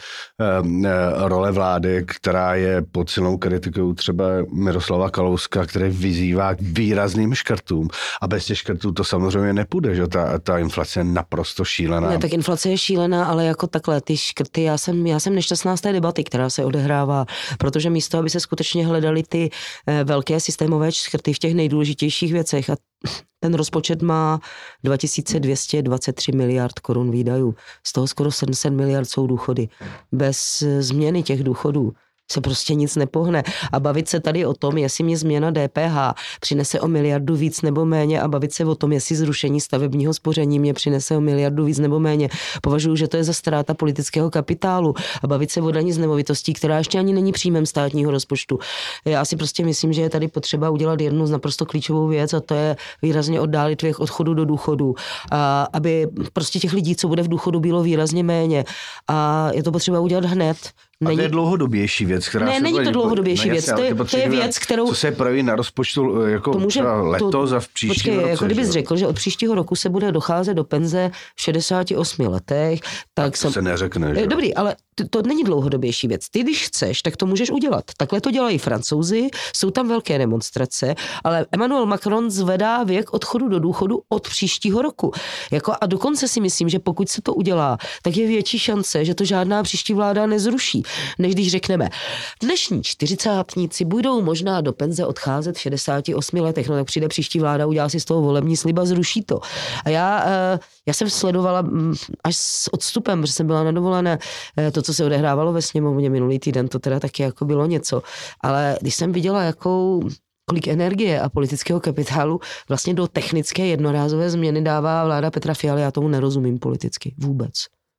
role vlády, která je pod silnou kritikou třeba Miroslava Kalouska, který vyzývá k výrazným škrtům. A bez těch škrtů to samozřejmě nepůjde, že ta, ta inflace je naprosto šílená. Ne, tak inflace je šílená, ale jako takhle, ty škrty, já jsem, já jsem nešťastná z té debaty, která se odehrává, protože místo, aby se skutečně hledaly ty eh, velké systémové škrty v těch nejdůležitějších věcech a ten rozpočet má dva tisíce dvě stě dvacet tři miliard korun výdajů, z toho skoro sedm set miliard jsou důchody. Bez změny těch důchodů se prostě nic nepohne. A bavit se tady o tom, jestli mě změna D P H přinese o miliardu víc nebo méně a bavit se o tom, jestli zrušení stavebního spoření mě přinese o miliardu víc nebo méně. Považuji, že to je za ztráta politického kapitálu a bavit se o daní z nemovitostí, která ještě ani není příjmem státního rozpočtu. Já si prostě myslím, že je tady potřeba udělat jednu z naprosto klíčovou věc a to je výrazně oddálit věk odchodu do důchodu, a aby prostě těch lidí, co bude v důchodu, bylo výrazně méně. A je to potřeba udělat hned. Není... A to je dlouhodobější věc, která ne, se... není to dlouhodobější věc, to je, to je věc, kterou... Co se projeví na rozpočtu jako může, letos a v příštím roce. Jako kdybys řekl, že od příštího roku se bude docházet do penze v šedesáti osmi letech, tak... To jsem... se neřekne, že? Dobrý, ale to, to není dlouhodobější věc. Ty, když chceš, tak to můžeš udělat. Takhle to dělají Francouzi, jsou tam velké demonstrace, ale Emmanuel Macron zvedá věk odchodu do důchodu od příštího roku. Jako, a dokonce si myslím, že pokud se to udělá, tak je větší šance, že to žádná příští vláda nezruší, než když řekneme, dnešní čtyřicátníci budou možná do penze odcházet v šedesáti osmi letech, no tak přijde příští vláda, udělá si z toho volební slib a zruší to. A já, já jsem sledovala až s odstupem, protože jsem byla na dovolené, to, co se odehrávalo ve sněmovně minulý týden, to teda taky jako bylo něco. Ale když jsem viděla, jakou kolik energie a politického kapitálu vlastně do technické jednorázové změny dává vláda Petra Fialy, já tomu nerozumím politicky vůbec.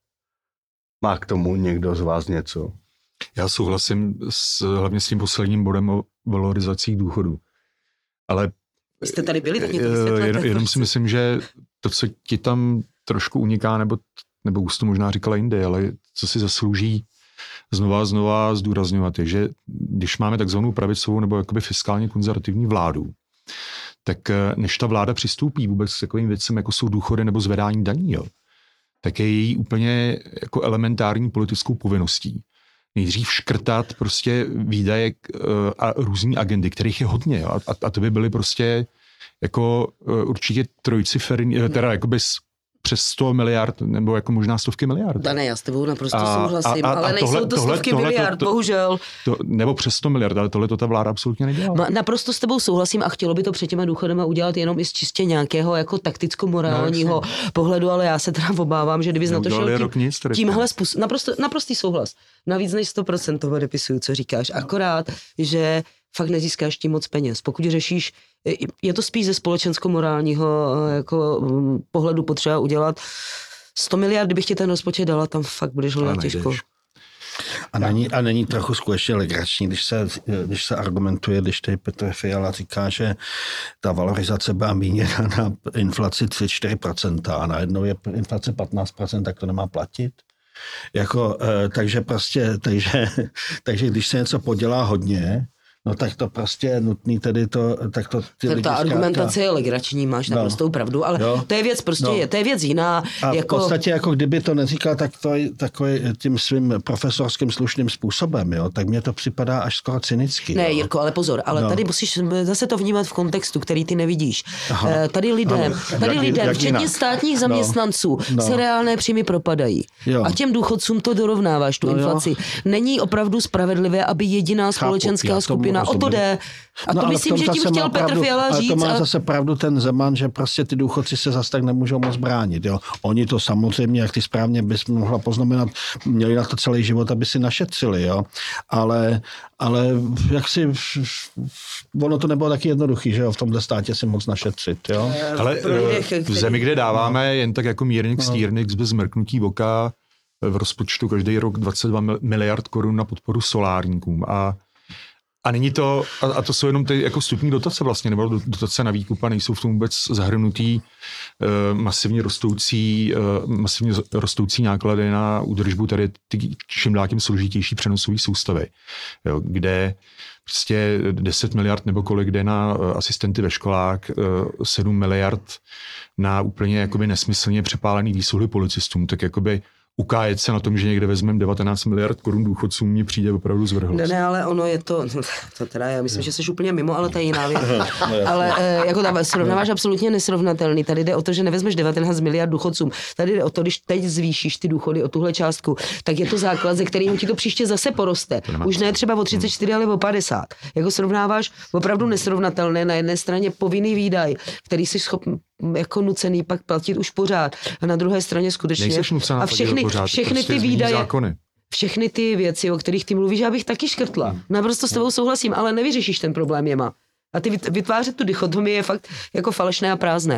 Má k tomu někdo z vás něco? Já souhlasím s, hlavně s tím posledním bodem o valorizacích důchodů. Ale jste tady byli, tak mě to vysvětlete. Jen, jenom si myslím, že to, co ti tam trošku uniká, nebo, nebo už to možná říkala jindy, ale co si zaslouží znova a znova zdůrazňovat, je, že když máme takzvanou pravicovou nebo jakoby fiskálně konzervativní vládu, tak než ta vláda přistoupí vůbec k takovým věcem, jako jsou důchody nebo zvedání daní, jo, tak je její úplně jako elementární politickou povinností nejdřív škrtat prostě výdaje a různý agendy, kterých je hodně. Jo, a, a to by byly prostě jako určitě trojciferní, teda jakoby přes sto miliard, nebo jako možná stovky miliard. Dane, já s tebou naprosto a, souhlasím, a, a, ale nejsou tohle, to stovky tohle, miliard, to, to, bohužel. To, nebo přes sto miliard, ale tohle to ta vláda absolutně nedělá. Ma, naprosto s tebou souhlasím a chtělo by to před těma důchodama udělat jenom i z čistě nějakého jako takticko-morálního no, pohledu, ale já se teda obávám, že kdyby na to šel tím, nic, tímhle způsob, naprosto, naprostý souhlas. Navíc než sto procent toho depisuju, co říkáš. Akorát, že fakt nezískáš tím moc peněz. Pokud řešíš, je to spíš ze společensko-morálního jako pohledu potřeba udělat sto miliard, kdybych ti ten rozpočet dala, tam fakt budeš hledat těžko. A není, a není trochu skutečně legrační, když se, když se argumentuje, když tady Petr Fiala říká, že ta valorizace byla míněna na inflaci tři až čtyři procenta a najednou je inflace patnáct procent, tak to nemá platit. Jako, takže prostě, takže, takže když se něco podělá hodně, no tak to prostě je nutný tedy to, tak to ty tak lidi ta argumentace zkrátka... je legrační, máš no. naprostou pravdu, ale jo. to je věc prostě, no. je, to je věc jiná. A jako... v podstatě jako kdyby to neříkal tak to, takový tím svým profesorským slušným způsobem, jo, tak mně to připadá až skoro cynicky. Ne, jo. Jirko, ale pozor, ale no. tady musíš zase to vnímat v kontextu, který ty nevidíš. Aha. Tady lidem, ano. tady jak, lidem, jak včetně jinak. státních zaměstnanců, no. No. se reálné příjmy propadají. Jo. A těm důchodcům to dorovnáváš, tu no inflaci. Jo. Není opravdu spravedlivé, aby jediná společenská skupina o to jde. A to no, myslím, že tím chtěl Petr Fiala říct. Ale to má a... zase pravdu ten Zeman, že prostě ty důchodci se zase tak nemůžou moc bránit. Jo. Oni to samozřejmě, jak ty správně bys mohla poznamenat, měli na to celý život, aby si našetřili. Jo. Ale, ale jak si, ono to nebylo taky jednoduchý, že jo, v tomhle státě si moc našetřit. Jo. Ale v zemi, kde dáváme no. jen tak jako mírnik no. stírnik bez mrknutí oka v rozpočtu každý rok dvacet dva miliard korun na podporu solárníkům a A není to, a to jsou jenom ty jako vstupní dotace vlastně, nebo dotace na výkup a nejsou v tom vůbec zahrnutý uh, masivně rostoucí, uh, masivně rostoucí náklady na údržbu tady ty čím dál tím složitější přenosové soustavy, jo, kde prostě deset miliard nebo kolik jde na asistenty ve školách, sedm miliard na úplně jakoby nesmyslně přepálený výsluhy policistům, tak jakoby ukájet se na tom, že někde vezmeme devatenáct miliard korun důchodcům, mně přijde opravdu zvrhlost. Ne, ne, ale ono je to, to teda, já myslím, že jsi úplně mimo, ale to je jiná věc. Ale e, jako tam srovnáváš absolutně nesrovnatelný. Tady jde o to, že nevezmeš devatenáct miliard důchodcům. Tady jde o to, když teď zvýšíš ty důchody o tuhle částku, tak je to základ, ze kterého ti to příště zase poroste. Už ne třeba o třicet čtyři, ale o padesát. Jako srovnáváš opravdu nesrovnatelné na jedné straně povinný výdaj, který jsi schopný jako nucený pak platit už pořád. A na druhé straně skutečně. A všechny, pořád, všechny prostě ty výdaje, zákony. Všechny ty věci, o kterých ty mluvíš, já bych taky škrtla. Hmm. Naprosto s tebou souhlasím, ale nevyřešíš ten problém jema. A ty vytvářet tu dichotomii je fakt jako falešné a prázdné.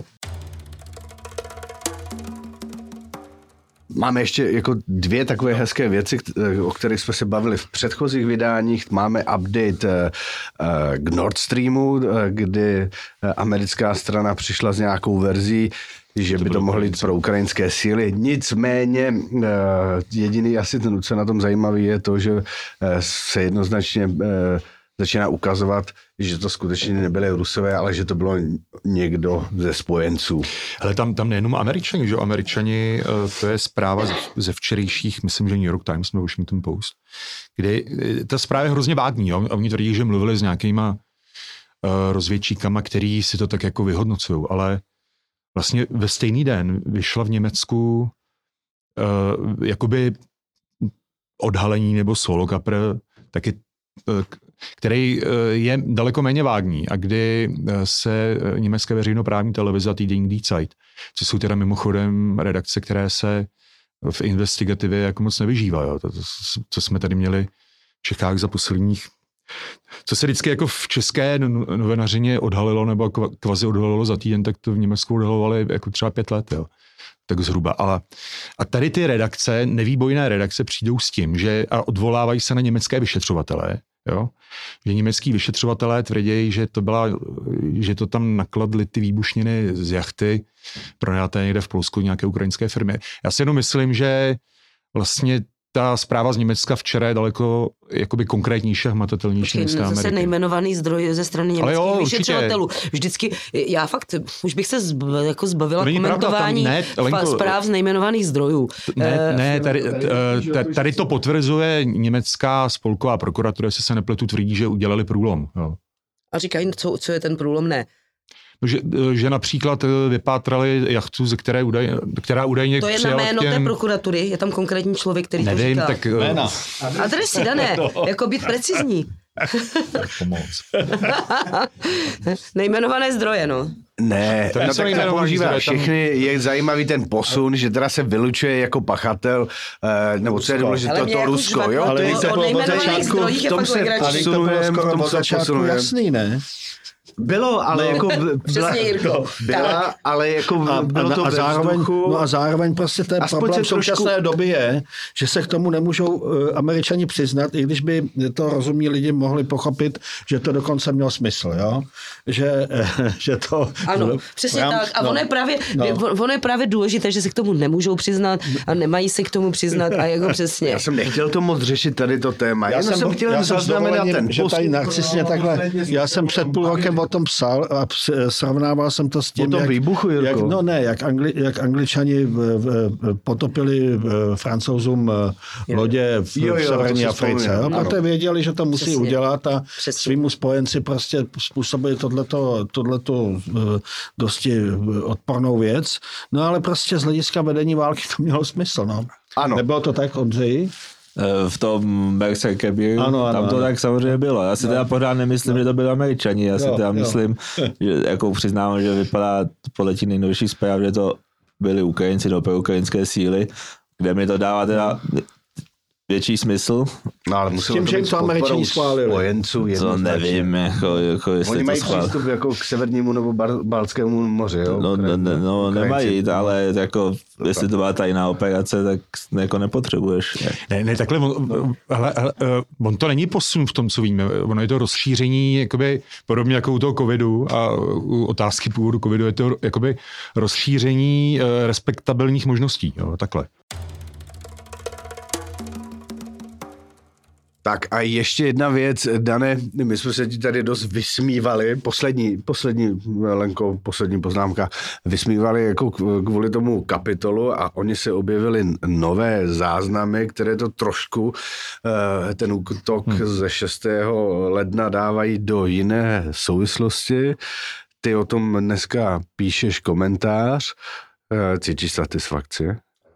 Máme ještě jako dvě takové hezké věci, o kterých jsme se bavili v předchozích vydáních. Máme update k Nord Streamu, kdy americká strana přišla s nějakou verzí, že by to mohly jít pro ukrajinské síly. Nicméně jediný asi ten, co na tom zajímavý, je to, že se jednoznačně začíná ukazovat, že to skutečně nebyly Rusové, ale že to bylo někdo ze spojenců. Ale tam, tam nejenom Američani, že Američani, to je zpráva ze včerejších, myslím, že New York Times nebo Washington Post, kdy ta zpráva je hrozně vágní. Jo? Oni tvrdí, že mluvili s nějakýma uh, rozvědčíkama, který si to tak jako vyhodnocují, ale vlastně ve stejný den vyšla v Německu uh, jakoby odhalení nebo solo kapr, taky uh, který je daleko méně vágní a kdy se německé veřejnoprávní televize a týdeník Die Zeit, co jsou teda mimochodem redakce, které se v investigativě jako moc nevyžívají. To, to, co jsme tady měli v Čechách za posledních, co se vždycky jako v české novinařině odhalilo nebo kvazi odhalilo za týden, tak to v Německu odhalovali jako třeba pět let. Jo. Tak zhruba. Ale, a tady ty redakce, nevýbojné redakce přijdou s tím, že a odvolávají se na německé vyšetřovatele, jo? Že německý vyšetřovatelé tvrdí, že to byla, že to tam nakladly ty výbušniny z jachty pronajaté někde v Polsku nějaké ukrajinské firmy. Já si jenom myslím, že vlastně ta zpráva z Německa včera je daleko jakoby konkrétnější a hmatatelnější než z Ameriky. Zase nejmenovaný zdroj ze strany německých vyšetřovatelů. Vždycky, já fakt, už bych se zb, jako zbavila komentování pravda, tam, ne, zpráv z nejmenovaných zdrojů. Ne, ne tady, tady, tady to potvrzuje německá spolková prokuratura, jestli se nepletu, tvrdí, že udělali průlom. Jo. A říkají, co, co je ten průlom? Ne. Že, že například vypátrali jachtu, ze které údaj, která údajně to je na jméno těm... té prokuratury, je tam konkrétní člověk, který Nevím, to říká. Tak, jména. Adresy dané, jako být precizní. Nejmenované zdroje, no. Ne, to no tak se používá všechny, je zajímavý ten posun, že teda se vylučuje jako pachatel, nebo co je důležité, to, to Rusko, jo? Ale to, to, o nejmenovaných zdrojích je fakt legrační. To bylo skoro od začátku jasný, ne? Bylo, ale no, jako byla, Jirko, byla ale jako a, bylo a, to a ve zároveň, vzduchu. No a zároveň prostě ten Aspoň problém v trošku... současné době je, že se k tomu nemůžou uh, Američani přiznat, i když by to rozumní lidi mohli pochopit, že to dokonce mělo smysl, jo? Že, uh, že to... Ano, no, přesně rám, tak. A no, ono, je právě, no. ono je právě důležité, že se k tomu nemůžou přiznat a nemají se k tomu přiznat a jako přesně. Já jsem nechtěl to moc řešit tady to téma. Já, já jsem, jsem chtěl zaznamenat ten že tady narcisně takhle, já jsem před půl rokem o tom psal a srovnával jsem to s tím, jak, výbuchu, jak, no ne, jak, Angli, jak Angličani v, v, potopili v Francouzům lodě v, jo, jo, v severní Africe. Jo? Protože věděli, že to musí Přesně. udělat a Přesně. svýmu spojenci prostě způsobili tohleto, tohleto dosti odpornou věc. No ale prostě z hlediska vedení války to mělo smysl. No. Ano. Nebylo to tak, Ondřej? V tom Berserkerbě, tam to ano. Tak samozřejmě bylo. Já si no. teda pořád nemyslím, no. že to byli Američani. Já si jo, teda jo. myslím, že jako přiznám, že vypadá podle těch nejnovějších zpráv, že to byli Ukrajinci, nebo ukrajinské síly, kde mi to dává teda větší smysl. No ale muselo tím, to být to Američani schválili. Spojenců to nevím, jako, jako jestli Oni mají to schvál... přístup jako k severnímu nebo bar- Baltskému moři, jo? No, ne, ne, no nemají, ale jako, jestli to byla tajná operace, tak jako nepotřebuješ. Ne, ne, ne takhle, on, hele, hele, on to není posun v tom, co víme. Ono je to rozšíření, jakoby, podobně jako u toho covidu a u otázky původu covidu je to jakoby rozšíření respektabilních možností, jo, takhle. Tak a ještě jedna věc, Dane, my jsme se ti tady dost vysmívali, poslední, poslední, Lenko, poslední poznámka, vysmívali jako kvůli tomu Kapitolu a oni se objevili nové záznamy, které to trošku, ten útok hmm. ze šestého ledna dávají do jiné souvislosti. Ty o tom dneska píšeš komentář, cítíš satisfakci?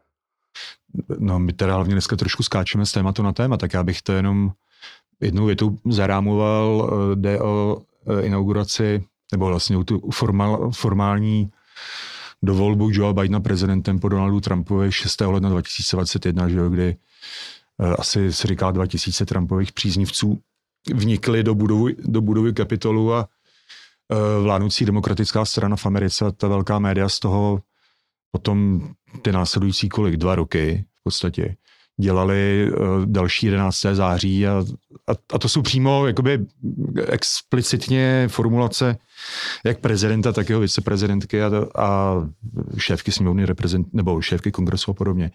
No, my teda hlavně dneska trošku skáčeme z tématu na téma, tak já bych to jenom jednou větou zarámoval, jde o inauguraci, nebo vlastně o tu formál, formální dovolbu Joea Bidena prezidentem po Donaldu Trumpovi šestého ledna dva tisíce dvacet jedna, že jo, kdy asi se říká dva tisíce Trumpových příznivců vnikli do budovy, do budovy Kapitolu a vládnoucí demokratická strana v Americe a ta velká média z toho potom ty následující kolik, dva roky v podstatě, dělali uh, další jedenáctého září a, a, a to jsou přímo jakoby explicitně formulace jak prezidenta, tak jeho viceprezidentky a, a šéfky sněmovny reprezent, nebo šéfky kongresu a podobně.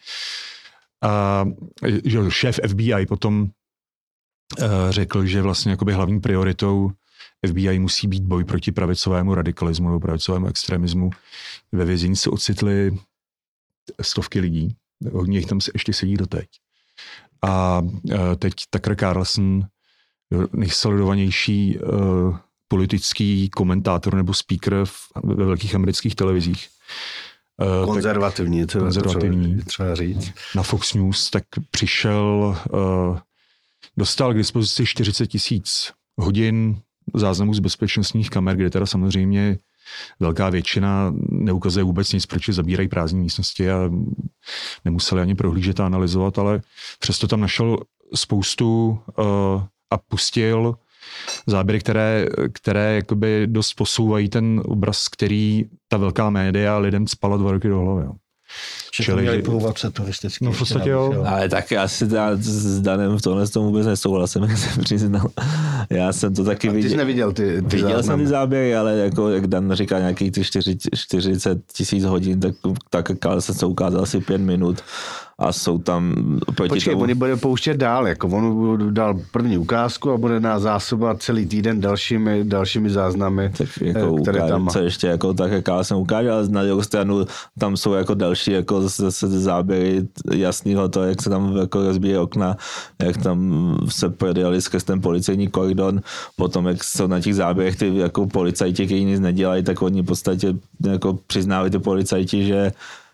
A že šéf F B I potom uh, řekl, že vlastně jakoby hlavní prioritou F B I musí být boj proti pravicovému radikalismu nebo pravicovému extremismu. Ve vězení se ocitly stovky lidí, hodně jich tam se ještě sedí doteď. A teď Tucker Carlson, nejsledovanější uh, politický komentátor nebo speaker v, ve velkých amerických televizích. Uh, konzervativní, tak, konzervativní třeba říct. Na Fox News, tak přišel, uh, dostal k dispozici čtyřicet tisíc hodin záznamů z bezpečnostních kamer, kde teda samozřejmě velká většina neukazuje vůbec nic, protože zabírají prázdné místnosti a nemuseli ani prohlížet a analyzovat, ale přesto tam našel spoustu uh, a pustil záběry, které, které jakoby dost posouvají ten obraz, který ta velká média lidem cpala dva roky do hlavy. Že to měli průvodce turistický. No v podstatě jo. Ale tak já si dá, s Danem v tomhle tomu vůbec nesouhlasím, jak jsem přiznal. Já jsem to taky viděl. Ty jsi neviděl ty, ty Viděl záznamy. jsem ty záběry, ale jako jak Dan říká nějakých ty čtyřicet tisíc hodin, tak, tak jsem se ukázal asi pět minut a jsou tam proti Počkej, tomu... oni bude pouštět dál, jako on dal první ukázku a bude nás zásobovat celý týden dalšími, dalšími záznamy, tak jako které ukáže, tam má. Co ještě jako tak, jak jsem ukáže, ale na druhou stranu tam jsou jako další jako zase záběry jasného to, jak se tam jako rozbíjí okna, jak tam se prodjeli skrz ten policejní koridor, potom jak jsou na těch záběrech ty jako policajti, kteří nic nedělají, tak oni v podstatě jako přiznávají ty policajti, že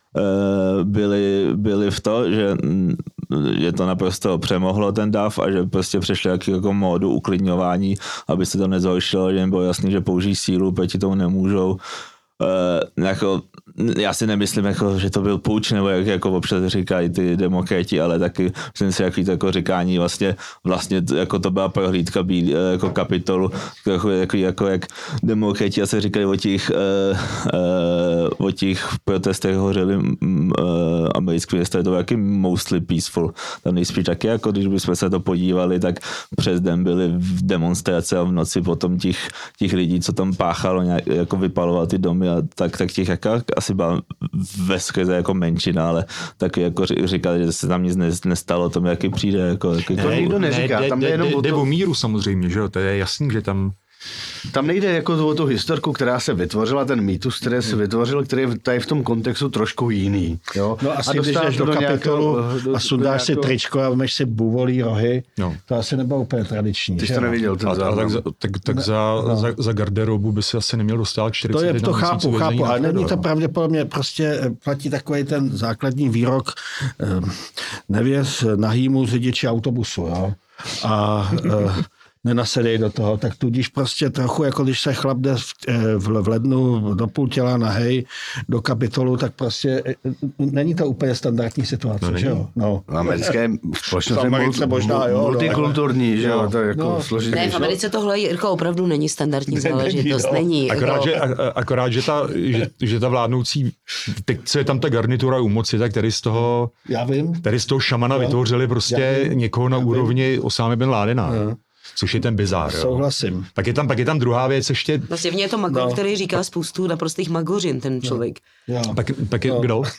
byli, byli v to, že, že to naprosto přemohlo ten dav a že prostě přešli jaký jako módu uklidňování, aby se to nezhoršilo, že jim bylo jasný, že použijí sílu, proti tomu nemůžou. Uh, jako, já si nemyslím, jako, že to byl puč, nebo jak jako občas říkají ty demokrati, ale taky myslím si, jaký to jako říkání vlastně, vlastně jako to byla prohlídka bíl, jako Kapitolu, jako, jako, jako jak demokrati asi říkali o těch, uh, uh, o těch protestech hořeli uh, americký města, to bylo jaký mostly peaceful. Tam nejspíš taky, jako když bychom se to podívali, tak přes den byly v demonstrace a v noci potom těch, těch lidí, co tam páchalo, nějak, jako vypaloval ty domy, a tak, tak těch jako, asi byla veskrze jako menšina, ale taky jako říkali, že se tam nic nestalo, tomu jaký přijde. Jako, jako, to nikdo neříká. Ne, tam jde, jenom jde, o, jde to... o míru samozřejmě, že jo, to je jasný, že tam... Tam nejde jako o tu historku, která se vytvořila, ten mýtus, který se vytvořil, který je tady v tom kontextu trošku jiný. Jo? No asi když jdeš do, do Kapitolu do, a sundáš si nějakou... tričko a vemeš si buvolí rohy, no. To asi nebylo úplně tradiční. Ty jsi to neviděl, ten záznam. Tak, za, tak, tak ne, za, no. za, za garderobu by si asi neměl dostat čtyřicet jedna To je, to chápu, chápu, ale není to no. pravděpodobně, prostě platí takový ten základní výrok, eh, nevěř nahýmu řidiči autobusu, jo? A... Eh, nenasedej do toho, tak tudíž prostě trochu, jako když se chlap jde v, v, v lednu do půl těla nahej do Kapitolu, tak prostě není to úplně standardní situace, no, že jo? No. V americké společnosti je možná, jo, multikulturní, no, že jo? To je jako no. složitý. Ne, v Americe tohle Jirko, opravdu není standardní záležitost, no. není. Akorát, že, akorát že, ta, že, že ta vládnoucí, teď co je tam ta garnitura u moci, tak tady z toho, Já vím. tady z toho šamana no. vytvořili prostě někoho na Já úrovni vím. Osámy bin Ládena. No. Což je ten bizár. Souhlasím. Pak je tam, pak je tam druhá věc ještě... Vlastně je to magor, no. který říká spoustu naprostých magořin, ten člověk. No. Pak, pak je, no. kdo?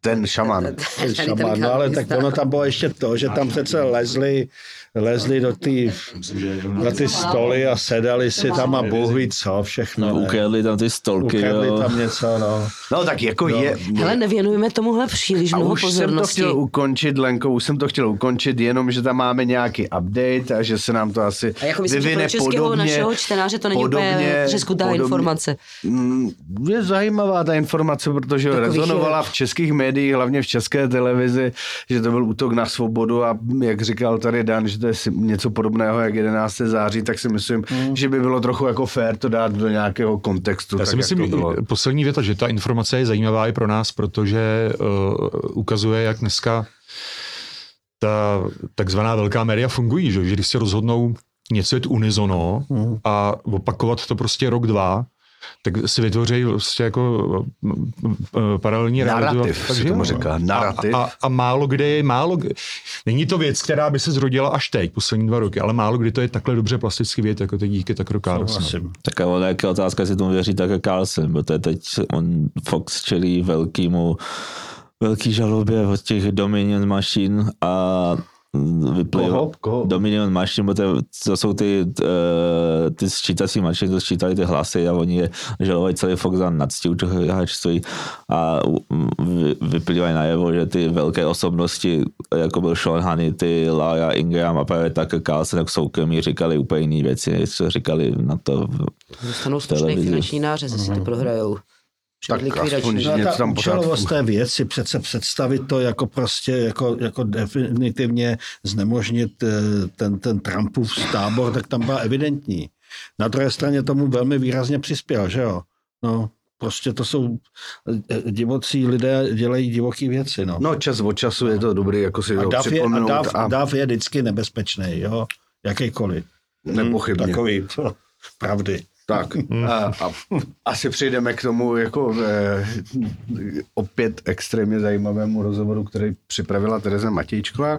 ten šaman. Ten šaman, no ale tak ono tam bylo ještě to, že tam přece lezli, lezli do ty, na ty stoly a sedali si tam a Bůh ví co, všechno. No, ukradli tam ty stolky, ukradli jo. tam něco, no. No tak jako no. je... Hele, nevěnujeme tomuhle příliš mnoho pozornosti. A už jsem to chtěl ukončit, Lenko, už jsem to chtěl ukončit, jenom, že tam máme nějaký update a že se nám to asi a jako myslím, vyvine že pro českého podobně, našeho čtenáře to není úplně přeskutá informace. Je zajímavá ta informace, protože takových rezonovala je... v českých médiích, hlavně v české televizi, že to byl útok na svobodu a jak říkal tady Dan, že to je něco podobného jak jedenáctého září, tak si myslím, hmm. že by bylo trochu jako fér to dát do nějakého kontextu. Já si tak, myslím, poslední věta, že ta informace je zajímavá i pro nás, protože uh, ukazuje, jak dneska ta takzvaná velká média fungují, že, že když se rozhodnou něco jít unizono hmm. a opakovat to prostě rok, dva, tak si vytvoří prostě jako paralelní narrativ, realitu. Takže tomu říká, narrativ. A, a, a málo kde je, málo, není to věc, která by se zrodila až teď, poslední dva roky, ale málo kdy to je takhle dobře plasticky vědět, jako teď díky Tuckeru Carlsonovi. Tak a ona jaká otázka, si tomu věří Tucker Carlson, protože teď on Fox čelí velkýmu, velký žalobě od těch Dominion Machine a vyplývá Dominion Machine, to, to jsou ty, ty sčítací mašiny, to sčítali ty hlasy a oni je žalovali celý Fox za nadstí uchahačství a vyplývají najevo, že ty velké osobnosti, jako byl Sean Hannity, Lara Ingraham a právě Tucker Carlson, tak soukromí říkali úplně jiné věci, co říkali na to dostanou slušný finanční nářez, si to prohrajou. Tak aspoň no, ta účelovost té věci, přece představit to jako prostě, jako, jako definitivně znemožnit ten, ten Trumpův tábor, tak tam byla evidentní. Na druhé straně tomu velmi výrazně přispěl, že jo? No, prostě to jsou divocí lidé, dělají divoký věci, no. No, čas od času je to dobrý, jako si ho připomenout. A dav, a dav je vždycky nebezpečný, jo? Jakýkoliv. Nepochybně. Takový, to, pravdy. Tak a, a asi přejdeme k tomu jako eh, opět extrémně zajímavému rozhovoru, který připravila Tereza Matějčková.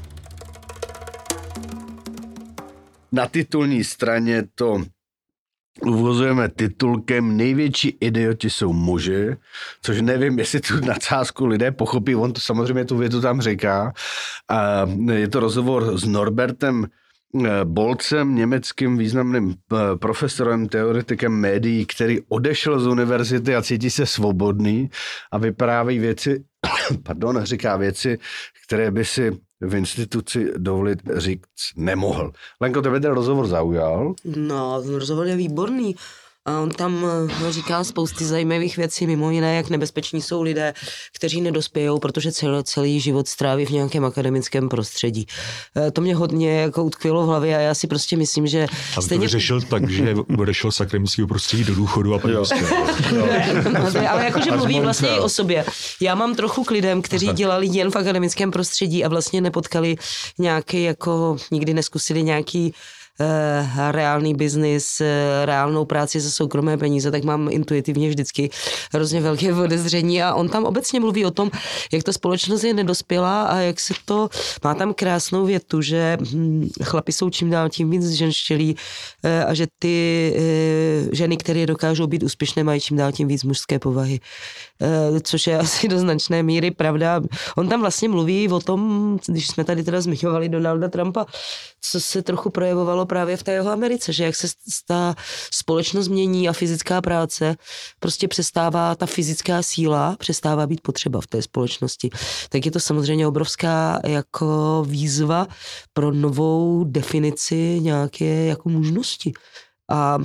Na titulní straně to uvozujeme titulkem Největší idioti jsou muži, což nevím, jestli tu nadsázku lidé pochopí, on to samozřejmě tu větu tam říká. A je to rozhovor s Norbertem Bolcem, německým významným profesorem, teoretikem médií, který odešel z univerzity a cítí se svobodný a vypráví věci, pardon, říká věci, které by si v instituci dovolit říct nemohl. Lenko, tebe ten rozhovor zaujal? No, ten rozhovor je výborný. A on tam říká spousty zajímavých věcí, mimo jiné, jak nebezpeční jsou lidé, kteří nedospějou, protože celý, celý život stráví v nějakém akademickém prostředí. To mě hodně jako utkvělo v hlavě a já si prostě myslím, že... A stejně... to řešil tak, že odešel z akademického prostředí do důchodu a pak dospěl. No, ale jakože mluví vlastně i o sobě. Já mám trochu k lidem, kteří dělali jen v akademickém prostředí a vlastně nepotkali nějaký, jako nikdy neskusili nějaký Uh, reálný biznis, uh, reálnou práci za soukromé peníze, tak mám intuitivně vždycky hrozně velké podezření a on tam obecně mluví o tom, jak ta společnost je nedospělá a jak se to, má tam krásnou větu, že hm, chlapi jsou čím dál tím víc ženštělí uh, a že ty uh, ženy, které dokážou být úspěšné, mají čím dál tím víc mužské povahy. Uh, což je asi do značné míry pravda. On tam vlastně mluví o tom, když jsme tady teda zmiňovali Donalda Trumpa, co se trochu projevovalo právě v té jeho Americe, že jak se ta společnost mění a fyzická práce, prostě přestává ta fyzická síla, přestává být potřeba v té společnosti. Tak je to samozřejmě obrovská jako výzva pro novou definici nějaké jako mužnosti. A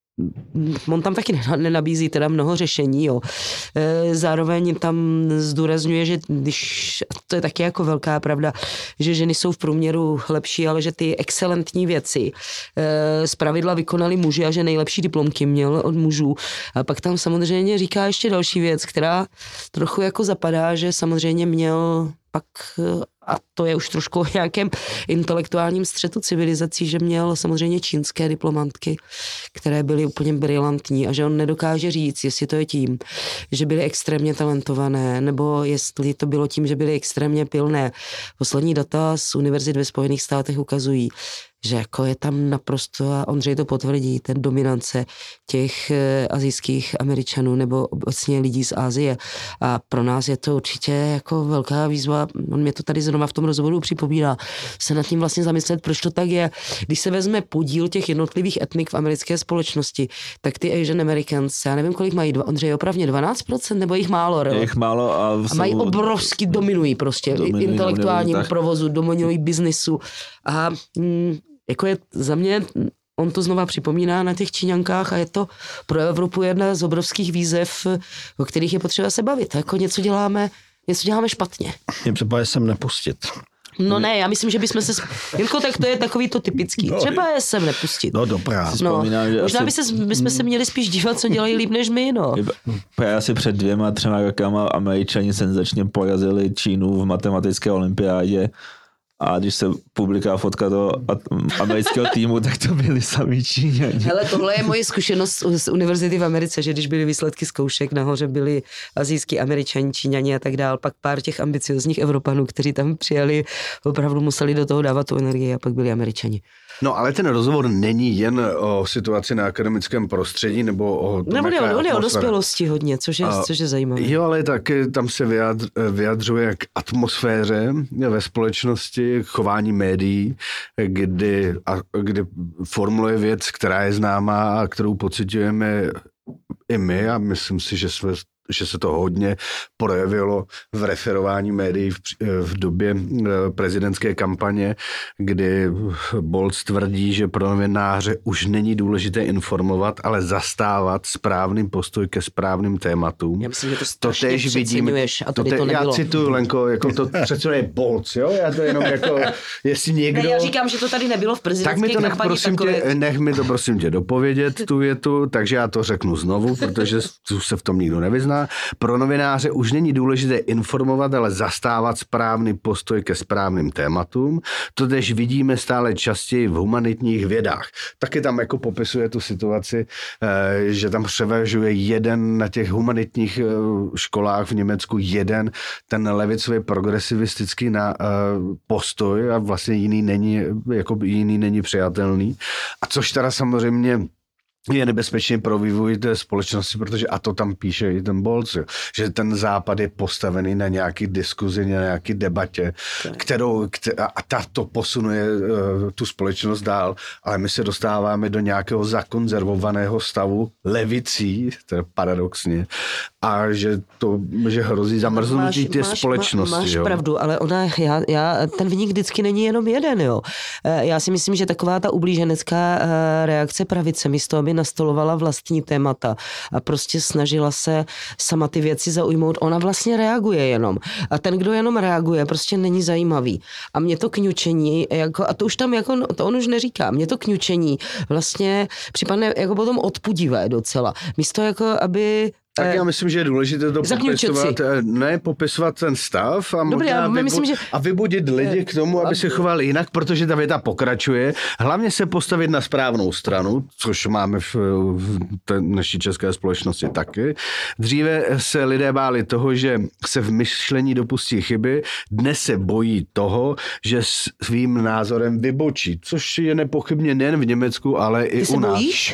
on tam taky nenabízí teda mnoho řešení, jo. Zároveň tam zdůrazňuje, že když, to je taky jako velká pravda, že ženy jsou v průměru lepší, ale že ty excelentní věci zpravidla vykonali muži a že nejlepší diplomky měl od mužů. A pak tam samozřejmě říká ještě další věc, která trochu jako zapadá, že samozřejmě měl pak, a to je už trošku o nějakém intelektuálním střetu civilizací, že měl samozřejmě čínské diplomantky, které byly úplně brilantní a že on nedokáže říct, jestli to je tím, že byly extrémně talentované, nebo jestli to bylo tím, že byly extrémně pilné. Poslední data z univerzit ve Spojených státech ukazují, že jako je tam naprosto, a Ondřej to potvrdí, ten dominance těch e, asijských Američanů nebo obecně lidí z Asie. A pro nás je to určitě jako velká výzva. On mě to tady zrovna v tom rozhovoru připomíná. Se nad tím vlastně zamyslet, proč to tak je. Když se vezme podíl těch jednotlivých etnik v americké společnosti, tak ty Asian Americans, já nevím, kolik mají, Ondřej, opravně dvanáct procent nebo jich málo, je jich málo a, a mají obrovsky, dominují prostě dominují intelektuálním provozu, dominují biznisu a mm, jako je za mě, on to znova připomíná na těch Číňankách a je to pro Evropu jedna z obrovských výzev, o kterých je potřeba se bavit. Jako něco děláme, něco děláme špatně. Mě třeba je sem nepustit. No ne, já myslím, že bychom se... Jirko, tak to je takový to typický. Třeba je sem nepustit. No dobrá. No, možná by se, bychom se měli spíš dívat, co dělají líp než my, no. Já asi před dvěma, třema rokama Američani senzačně porazili Čínu v matematické olympiádě. A když se publiká fotka do amerického týmu, tak to byli sami Číňani. Hele, tohle je moje zkušenost z univerzity v Americe, že když byly výsledky zkoušek, nahoře byli asijský Američani, Číňani a tak dál, pak pár těch ambiciozních Evropanů, kteří tam přijeli, opravdu museli do toho dávat tu energii a pak byli Američani. No ale ten rozhovor není jen o situaci na akademickém prostředí, nebo o tom, nebo ne, on je o dospělosti hodně, což je, a, což je zajímavé. Jo, ale taky tam se vyjadř, vyjadřuje k atmosféře ve společnosti, chování médií, kdy, a, kdy formuluje věc, která je známá a kterou pociťujeme i my a myslím si, že jsme že se to hodně projevilo v referování médií v, v době prezidentské kampaně, kdy Bolc tvrdí, že pro novináře už není důležité informovat, ale zastávat správný postoj ke správným tématům. Já myslím, že to strašně to přeceňuješ a tady to, to nebylo. Já cituju, Lenko, jako to přece je Bolc, jo? Já to jenom jako, jestli někdo... Ne, já říkám, že to tady nebylo v prezidentské kampani. Tak mi to nech, prosím takové... tě, nech mi to prosím tě dopovědět, tu větu, takže já to řeknu znovu, protože se v tom nikdo nevyzná. Pro novináře už není důležité informovat, ale zastávat správný postoj ke správným tématům. To tež vidíme stále častěji v humanitních vědách. Taky tam jako popisuje tu situaci, že tam převažuje jeden na těch humanitních školách v Německu, jeden ten levicový progresivistický na postoj a vlastně jiný není, jako jiný není přijatelný. A což teda samozřejmě je nebezpečný pro vývoj té společnosti, protože a to tam píše i ten Bolc, že ten západ je postavený na nějaký diskuzi, na nějaký debatě, kterou, která, a ta to posunuje uh, tu společnost dál, ale my se dostáváme do nějakého zakonzervovaného stavu levicí, to je paradoxně, a že to, že hrozí zamrznutí té společnosti. Máš jo. pravdu, ale ona, já, já, ten viník vždycky není jenom jeden, jo. Já si myslím, že taková ta ublíženecká reakce pravice místo, aby nastolovala vlastní témata a prostě snažila se sama ty věci zaujmout, ona vlastně reaguje jenom. A ten, kdo jenom reaguje, prostě není zajímavý. A mě to kňučení, jako, a to už tam, jako, to on už neříká, mě to kňučení vlastně připadne jako potom odpudivé docela. Místo jako, aby Tak já myslím, že je důležité to popisovat, ne popisovat ten stav a, Dobrý, já vybu- myslím, že... a vybudit lidi k tomu, aby se chovali jinak, protože ta věta pokračuje. Hlavně se postavit na správnou stranu, což máme v, v té naší české společnosti taky. Dříve se lidé báli toho, že se v myšlení dopustí chyby, dnes se bojí toho, že svým názorem vybočí, což je nepochybně nejen v Německu, ale i Ty u nás. Bojíš?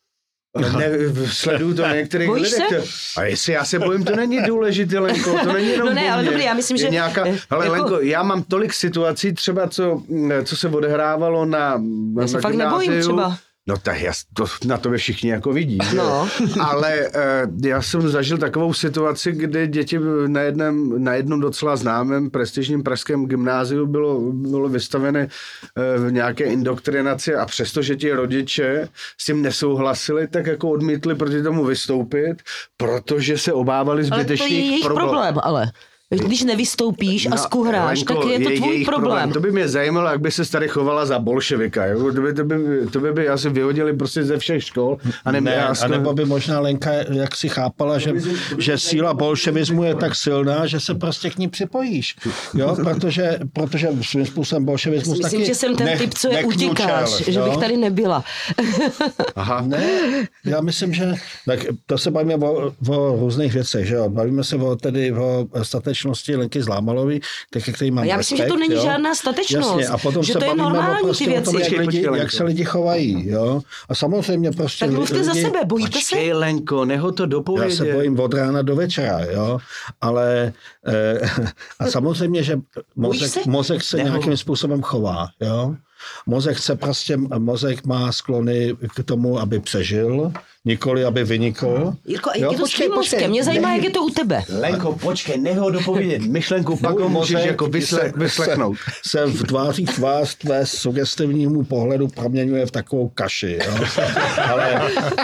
Ne, sleduju to na některých lidech. A jestli já se bojím, to není důležité, Lenko, to není jenom no ne, ale dobrý, já myslím, že... Nějaká, ale jako... Lenko, já mám tolik situací, třeba co, co se odehrávalo na, já na se fakt nebojím třeba. No tak já, to, na to všichni jako vidí. No. Ale uh, já jsem zažil takovou situaci, kdy děti na jednom, na jednom docela známém prestižním pražském gymnáziu bylo, bylo vystavené uh, v nějaké indoktrinaci a přestože ti rodiče s tím nesouhlasili, tak jako odmítli proti tomu vystoupit, protože se obávali zbytečných problémů. Ale to je jejich problém, problém ale... Když nevystoupíš a skuhráš, no, tak je to je, tvůj problém. problém. To by mě zajímalo, jak by se tady chovala za bolševika. Jo? To, by, to, by, to by by asi vyhodili prostě ze všech škol. A, ne, ne, a nebo by možná Lenka jak si chápala, že, že síla bolševismu je tak silná, že se prostě k ní připojíš. Jo? Protože, protože svým způsobem bolševismus taky myslím, že jsem ten nech, typ, co je utíkáš, že bych tady nebyla. Aha. Ne, já myslím, že tak to se bavíme o, o různých věcech. Že jo? Bavíme se o, tedy o statečnosti statečnosti Lenky Zlámalový, tak který mám a já myslím, respekt, že to není jo? žádná statečnost. Jasně, a potom že se to je normální prostě ty věci. O tom, jak, lidi, jak se lidi chovají. Jo? A samozřejmě prostě... Tak mluvte lidi, za sebe, bojíte Počkej, se? Lenko, neho to dopovědět. Já se bojím od rána do večera, jo? Ale eh, a samozřejmě, že mozek, mozek se neho. nějakým způsobem chová, jo? Mozek chce prostě, mozek má sklony k tomu, aby přežil, nikoli aby vynikl. Jirko, a jak jo, je to počkej, s tím mozkem? Mě zajímá, ne, jak je to u tebe. Lenko, počkej, neho dopovědět. Myšlenku pak ho můžeš jako vysle, vyslechnout. Se, se v tváří tvář tvé sugestivnímu pohledu proměňuje v takovou kaši. Jo? Ale,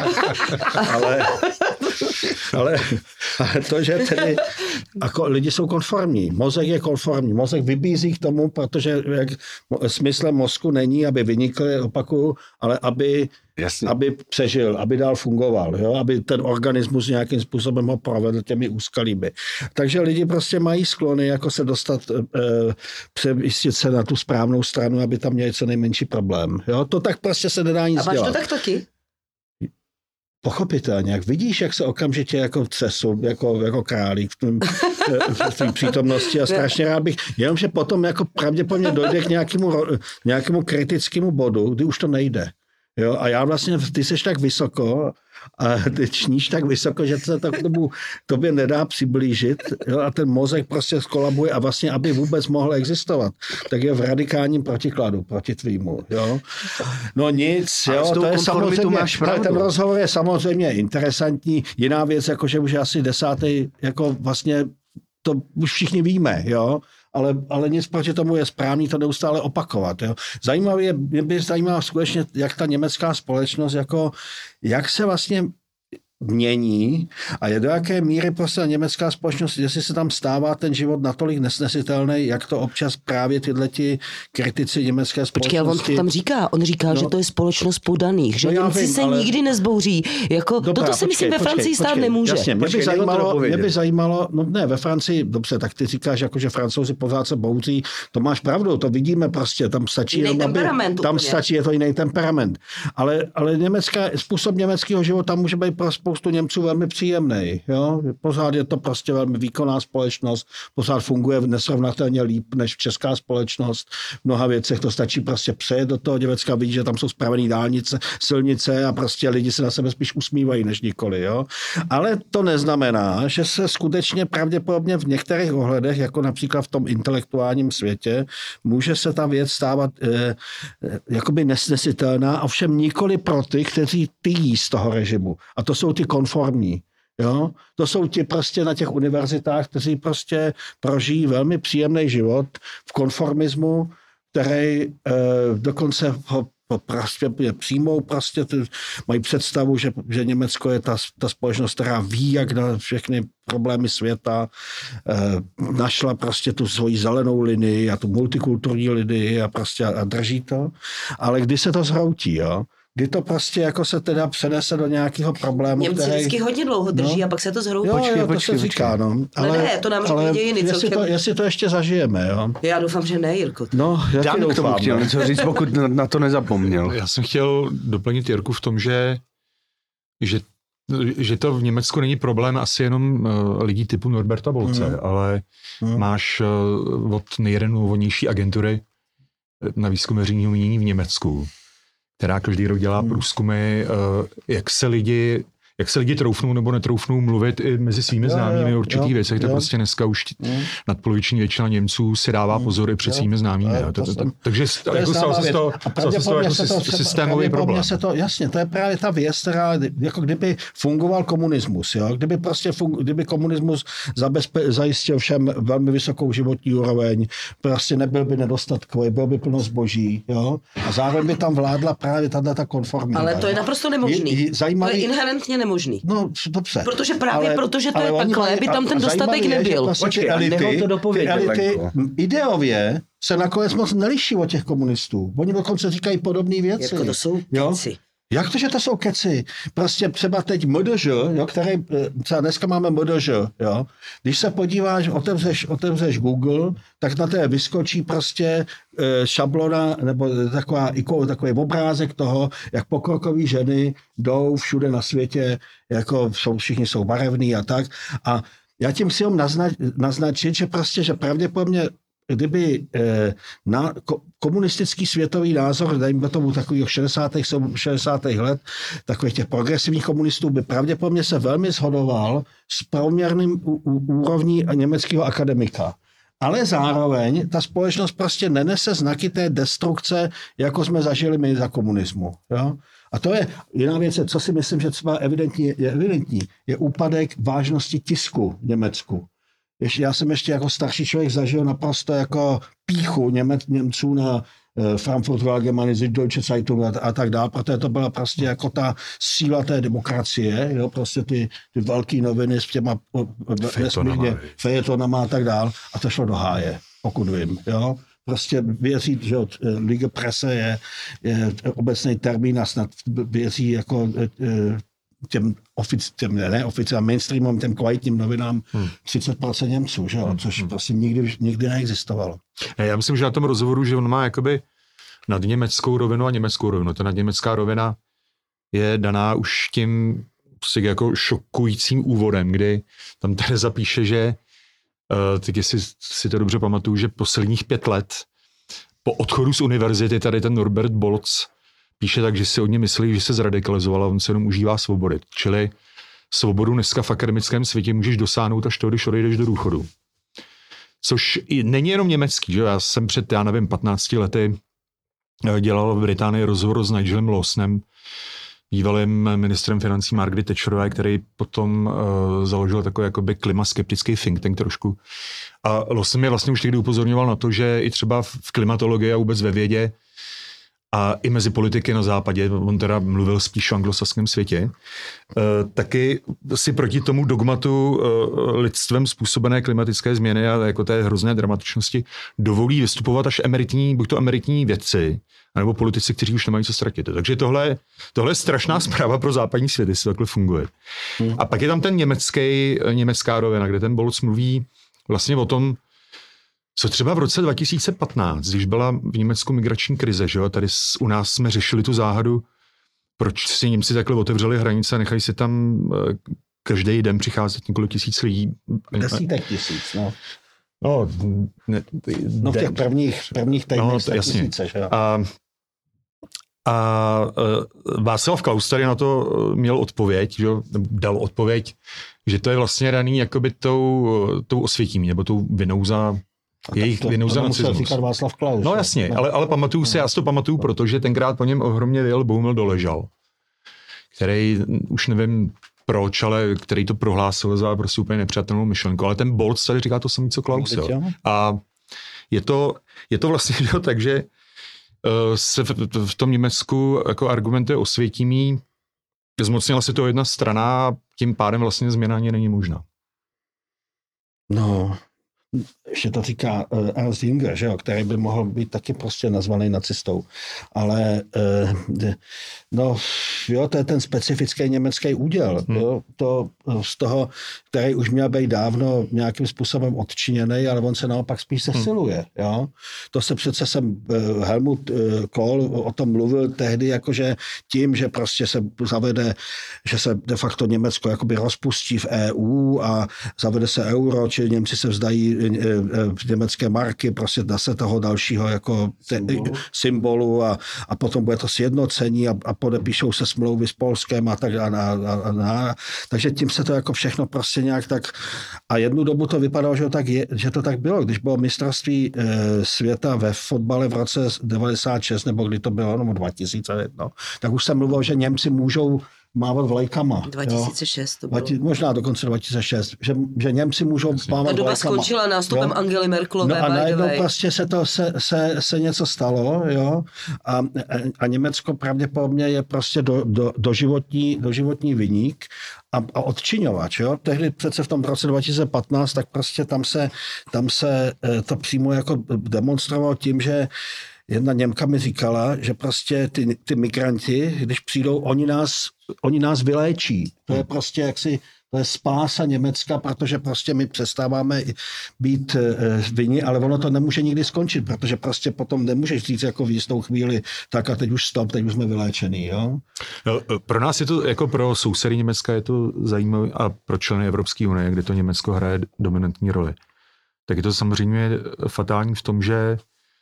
ale, ale, ale to, že tedy jako lidi jsou konformní. Mozek je konformní. Mozek vybízí k tomu, protože jak, smyslem mozku není, aby vynikl, opakuju, ale aby, aby přežil, aby dál fungoval, jo? Aby ten organismus nějakým způsobem ho provedl těmi úskalími. Takže lidi prostě mají sklony jako se dostat, e, přemístit se na tu správnou stranu, aby tam měli co nejmenší problém. Jo? To tak prostě se nedá nic dělat. A máš to tak taky? Pochopitelně, jak vidíš, jak se okamžitě jako třesu, jako, jako králík v, tým, v té přítomnosti a strašně rád bych, jenomže potom jako pravděpodobně dojde k nějakému, nějakému kritickému bodu, kdy už to nejde. Jo? A já vlastně, ty seš tak vysoko a ty čníš tak vysoko, že se to k tomu tobě nedá přiblížit, jo? A ten mozek prostě skolabuje a vlastně, aby vůbec mohl existovat, tak je v radikálním protikladu proti tvýmu. Jo? No nic, jo? To je samozřejmě, ten rozhovor je samozřejmě interesantní. Jiná věc, jakože už asi desátý, jako vlastně to už všichni víme, jo? Ale, ale nic proti tomu je správný to neustále opakovat. Jo. Zajímavé je, mě by zajímalo skutečně, jak ta německá společnost, jako, jak se vlastně mění a je do jaké míry prostě německá společnost, jestli se tam stává ten život natolik nesnesitelný, jak to občas právě tyhle ti kritici německé společnosti. Počkej, on to tam říká, on říká, no, že to je společnost podaných, že no Němci se ale... nikdy nezbouří. Jako, dobrá, toto si myslím ve Francii stát nemůže. Jasně, mě by, zajímalo, mě by zajímalo, no ne, ve Francii, dobře, tak ty říkáš, jako, že Francouzi pořád se bouří, to máš pravdu, to vidíme prostě, tam stačí, jiný jenom, temperament, aby, tam stačí, je to jiný temperament. Ale, ale německá, způsob německého života může být pro spoustu Němců velmi příjemný. Jo? Pořád je to prostě velmi výkonná společnost, pořád funguje nesrovnatelně líp než česká společnost. V mnoha věcech to stačí prostě přejet do toho Německa, vidí, že tam jsou spravený dálnice, silnice a prostě lidi se na sebe spíš usmívají než nikoli. Jo? Ale to neznamená, že se skutečně pravděpodobně v některých ohledech, jako například v tom intelektuálním světě, může se ta věc stávat eh, jakoby nesnesitelná, ovšem nikoli pro ty, kteří tyjí z toho režimu. A to jsou ty konformní. Jo? To jsou ti prostě na těch univerzitách, kteří prostě prožijí velmi příjemný život v konformismu, který eh, dokonce ho prostě přijmou, prostě ty, mají představu, že, že Německo je ta, ta společnost, která ví, jak na všechny problémy světa eh, našla prostě tu svoji zelenou linii a tu multikulturní linii a prostě a drží to. Ale kdy se to zhroutí, jo? Kdy to prostě jako se teda přenese do nějakého problému, Němci který... vždycky hodně dlouho drží no, a pak se to zhroutí. Jo, počkej, jo, to počkej, se říká, no. Ale ne, to nám řekne dějiny jestli celkem. To, jestli to ještě zažijeme, jo. Já doufám, že ne, Jirko. No, já Já bych tomu chtěl něco říct, pokud na to nezapomněl. Já jsem chtěl doplnit Jirku v tom, že, že, že to v Německu není problém asi jenom uh, lidí typu Norberta Bolce, hmm. ale hmm. máš uh, od nejrenovovanější agentury na výzkum veřejného mínění v Německu, která každý rok dělá průzkumy, jak se lidi, jak se lidi troufnou nebo netroufnou mluvit i mezi svými jo, známými o určitých jo, věcech, tak jo. Prostě dneska už jo. nadpoloviční většina Němců si dává pozor i před svými známými. Jo, to, to, to, takže to jako stal se to, to jako systémový problém. Se to, jasně, to je právě ta věc, která, jako kdyby fungoval komunismus, jo? Kdyby prostě fun, kdyby komunismus zabezpe, zajistil všem velmi vysokou životní úroveň, prostě nebyl by nedostatkový, byl by plno zboží, jo? A zároveň by tam vládla právě tato konformita. Ale to je naprosto nemožný. Je, je zajímavý, to je inherentně nemožný. Možný. No, dobře. Protože právě ale, protože to je takhle, by tam ten dostatek nebyl. Je, Počkej, ty elity, to ty elity ideově se nakonec moc neliší od těch komunistů. Oni dokonce říkají podobné věci. Jako to jsou keci. Jak to, že to jsou keci? Prostě třeba teď M D Ž, jo, který, třeba dneska máme M D Ž, jo. Když se podíváš, otevřeš, otevřeš Google, tak na té vyskočí prostě e, šablona, nebo taková ikon, takový obrázek toho, jak pokrokoví ženy jdou všude na světě, jako jsou, všichni jsou barevní a tak. A já tím si naznač, naznačit, že prostě, že pravděpodobně kdyby eh, na, ko, komunistický světový názor, dejme tomu takových šedesátých šedesátých let, takových těch progresivních komunistů by pravděpodobně se velmi shodoval s průměrným úrovní německého akademika. Ale zároveň ta společnost prostě nenese znaky té destrukce, jako jsme zažili my za komunismu. Jo? A to je jiná věc, co si myslím, že třeba evidentní, je evidentní, je úpadek vážnosti tisku v Německu. Ještě, já jsem ještě jako starší člověk zažil naprosto jako píchu Němec, Němců na uh, Frankfurter Allgemeine Süddeutsche Zeitung a, a tak dále, protože to byla prostě jako ta síla té demokracie, jo, prostě ty, ty velké noviny s těma fejetonama, fejetonama a tak dále, a to šlo do háje, pokud vím, jo. Prostě věří, že od Liga Presse je, je obecný termín a snad věří jako těm, ofic, těm ne, oficiálním mainstreamům, těm kvalitním novinám hmm. třicet procent Němců, že jo? Což hmm. prostě nikdy, nikdy neexistovalo. Já myslím, že na tom rozhovoru, že on má jakoby nadněmeckou rovinu a německou rovinu. Ta nadněmecká rovina je daná už tím prostě jako šokujícím úvodem, kdy tam Tereza píše, že tak jestli si to dobře pamatuju, že posledních pět let po odchodu z univerzity tady ten Norbert Bolz píše tak, že si od něj myslí, že se zradikalizoval a on se jenom užívá svobody. Čili svobodu dneska v akademickém světě můžeš dosáhnout až to, když odejdeš do důchodu. Což i není jenom německý, že? Já jsem před, já nevím, patnácti lety dělal v Británii rozhovor s Nigelem Lawsonem, bývalým ministrem financí Margaret Thatcherové, který potom uh, založil takový jakoby klimaskeptický think tank trošku. A Lawson mě vlastně už někdy upozorňoval na to, že i třeba v klimatologii a vůbec ve vědě a i mezi politiky na západě, on teda mluvil spíš o anglosaském světě, uh, taky si proti tomu dogmatu uh, lidstvem způsobené klimatické změny a jako té hrozné dramatičnosti dovolí vystupovat až emeritní, buď to emeritní vědci, anebo politici, kteří už nemají co ztratit. Takže tohle, tohle je strašná zpráva pro západní svět, jestli takhle funguje. Hmm. A pak je tam ten německý, německá rovina, kde ten Bolz mluví vlastně o tom, co třeba v roce dva tisíce patnáct, když byla v Německu migrační krize, že jo, tady u nás jsme řešili tu záhadu, proč si Němci takhle otevřeli hranice a nechají si tam každý den přicházet několik tisíc lidí. Desítek tisíc, no. No, ne, no v těch prvních, prvních týdnech no, tisíce, že jo. A, a Václav Klaus tady na to měl odpověď, že dal odpověď, že to je vlastně daný jakoby tou, tou Osvětimí, nebo tou vinou za jejich vinou za nacismus. Václav Klaus. No jasně, no. ale, ale pamatuju si, já si to pamatuju, protože tenkrát po něm ohromně vyjel Bohumil Doležal, který už nevím proč, ale který to prohlásil za prostě úplně nepřijatelnou myšlenku. Ale ten Bolz tady říká to samé, co Klaus. A je to, je to vlastně tak, že se v, v tom Německu jako argumentuje Osvětimí, zmocnila se to jedna strana a tím pádem vlastně změna ani není možná. No, ještě to říká uh, Ernst Jünger, že jo, který by mohl být taky prostě nazvaný nacistou. Ale uh, no, jo, to je ten specifický německý úděl. Hmm. Jo, to z toho, který už měl být dávno nějakým způsobem odčiněný, ale on se naopak spíš zesiluje. Hmm. Jo. To se přece jsem uh, Helmut uh, Kohl o tom mluvil tehdy, jakože tím, že prostě se zavede, že se de facto Německo jakoby rozpustí v E U a zavede se euro, či Němci se vzdají německé marky, prostě dá se toho dalšího jako te, symbolu, symbolu a, a potom bude to sjednocení a, a podepíšou se smlouvy s Polskem a tak a, a, a, a takže tím se to jako všechno prostě nějak tak a jednu dobu to vypadalo, že to tak, je, že to tak bylo, když bylo mistrovství e, světa ve fotbale v roce devadesát šest nebo kdy to bylo, nebo dva tisíce, no, tak už jsem mluvil, že Němci můžou mávat vlajkama. dva tisíce šest to bylo. Možná dokonce dva tisíce šest, že, že Němci můžou mávat vlajkama. Ta doba skončila nástupem jo? Angely Merkelové. No a najednou prostě se, to, se, se, se něco stalo, jo, a, a Německo pravděpodobně je prostě do, do, doživotní, doživotní viník a, a odčiňovač, jo. Tehdy přece v tom roce dva tisíce patnáct, tak prostě tam se, tam se to přímo jako demonstrovalo tím, že jedna Němka mi říkala, že prostě ty, ty migranti, když přijdou, oni nás, oni nás vyléčí. To je prostě jaksi To je spása Německa, protože prostě my přestáváme být vinni, ale ono to nemůže nikdy skončit, protože prostě potom nemůžeš říct jako v jistou chvíli, tak a teď už stop, teď už jsme vyléčený, jo? No, pro nás je to, jako pro sousedy Německa je to zajímavé a pro členy Evropské unie, kde to Německo hraje dominantní roli. Tak je to samozřejmě fatální v tom, že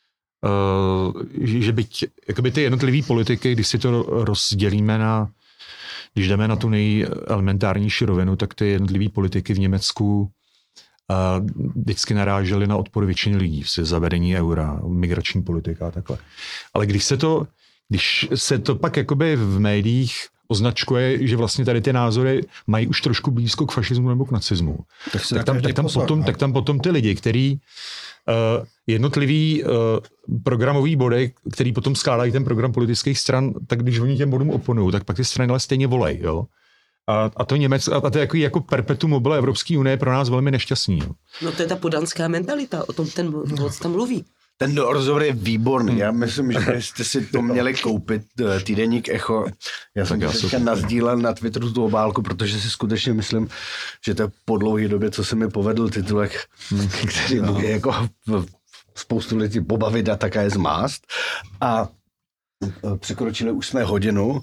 uh, že byť jakoby ty jednotlivé politiky, když si to rozdělíme na Když jdeme na tu nejelementárnější rovinu, tak ty jednotlivé politiky v Německu uh, vždycky narážely na odpor většiny lidí se zavedení eura, migrační politika a takhle. Ale když se to, když se to pak jakoby v médiích označkuje, že vlastně tady ty názory mají už trošku blízko k fašismu nebo k nacismu, tak, tak, tam, tak, tam, pozor, potom, tak tam potom ty lidi, který Uh, jednotlivý uh, programový body, který potom skládají ten program politických stran, tak když oni těm bodům oponují, tak pak ty strany ale stejně volej, jo. A, a to Německo, a to je jako, jako perpetuum mobile Evropské unie pro nás velmi nešťastný. Jo. No to je ta podanská mentalita, o tom ten bod tam mluví. Ten rozhovor je výborný. Já myslím, že jste si to měli koupit, týdeník Echo. Já jsem to teďka nazdílel na Twitteru tu obálku, protože si skutečně myslím, že to je po dlouhé době, co se mi povedl titulek, který no. je jako spoustu lidí pobavit a také zmást. A překročili už jsme hodinu.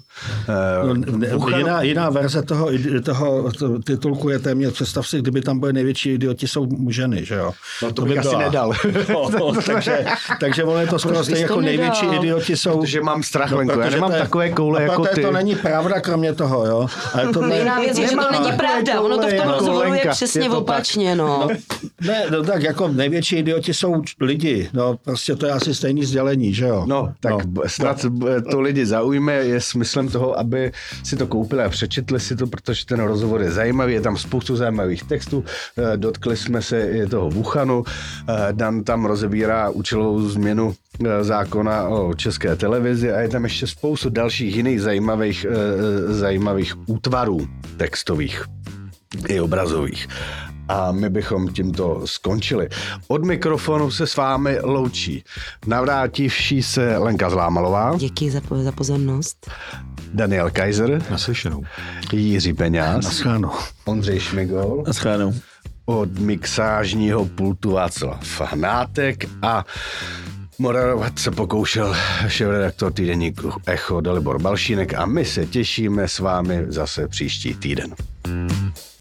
No, jiná, jiná verze toho, toho titulku je téměř, představ si, kdyby tam byly největší idioti, jsou ženy, že jo? No to, to bych by asi byla. nedal. No, no, takže, takže ono je to skoro stejně jako největší idioti jsou... Protože mám strach, no, Lenko, já nemám je, takové koule jako ty. To není pravda, kromě toho, jo? Ale to ne, jiná věc je, že to není pravda, ono to v tom rozhovoru je přesně opačně, no. no. Ne, no tak jako největší idioti jsou lidi, no prostě to je asi stejný sdělení, že jo? No, tak no. snad to lidi zaujme, je smyslem toho, aby si to koupili a přečetli si to, protože ten rozhovor je zajímavý, je tam spoustu zajímavých textů, dotkli jsme se toho Wuhanu, Dan tam rozebírá účelovou změnu zákona o České televizi a je tam ještě spoustu dalších jiných zajímavých, zajímavých útvarů textových i obrazových. A my bychom tímto skončili. Od mikrofonu se s vámi loučí navrátivší se Lenka Zlámalová. Děkuji za, za pozornost. Daniel Kaiser. Naslyšenou. Jiří Peňáz. Naschledanou. Ondřej Šmigol. Naschledanou. Od mixážního pultu Václav Hnátek a moderovat se pokoušel šéfredaktor týdeníku Echo Dalibor Balšínek a my se těšíme s vámi zase příští týden.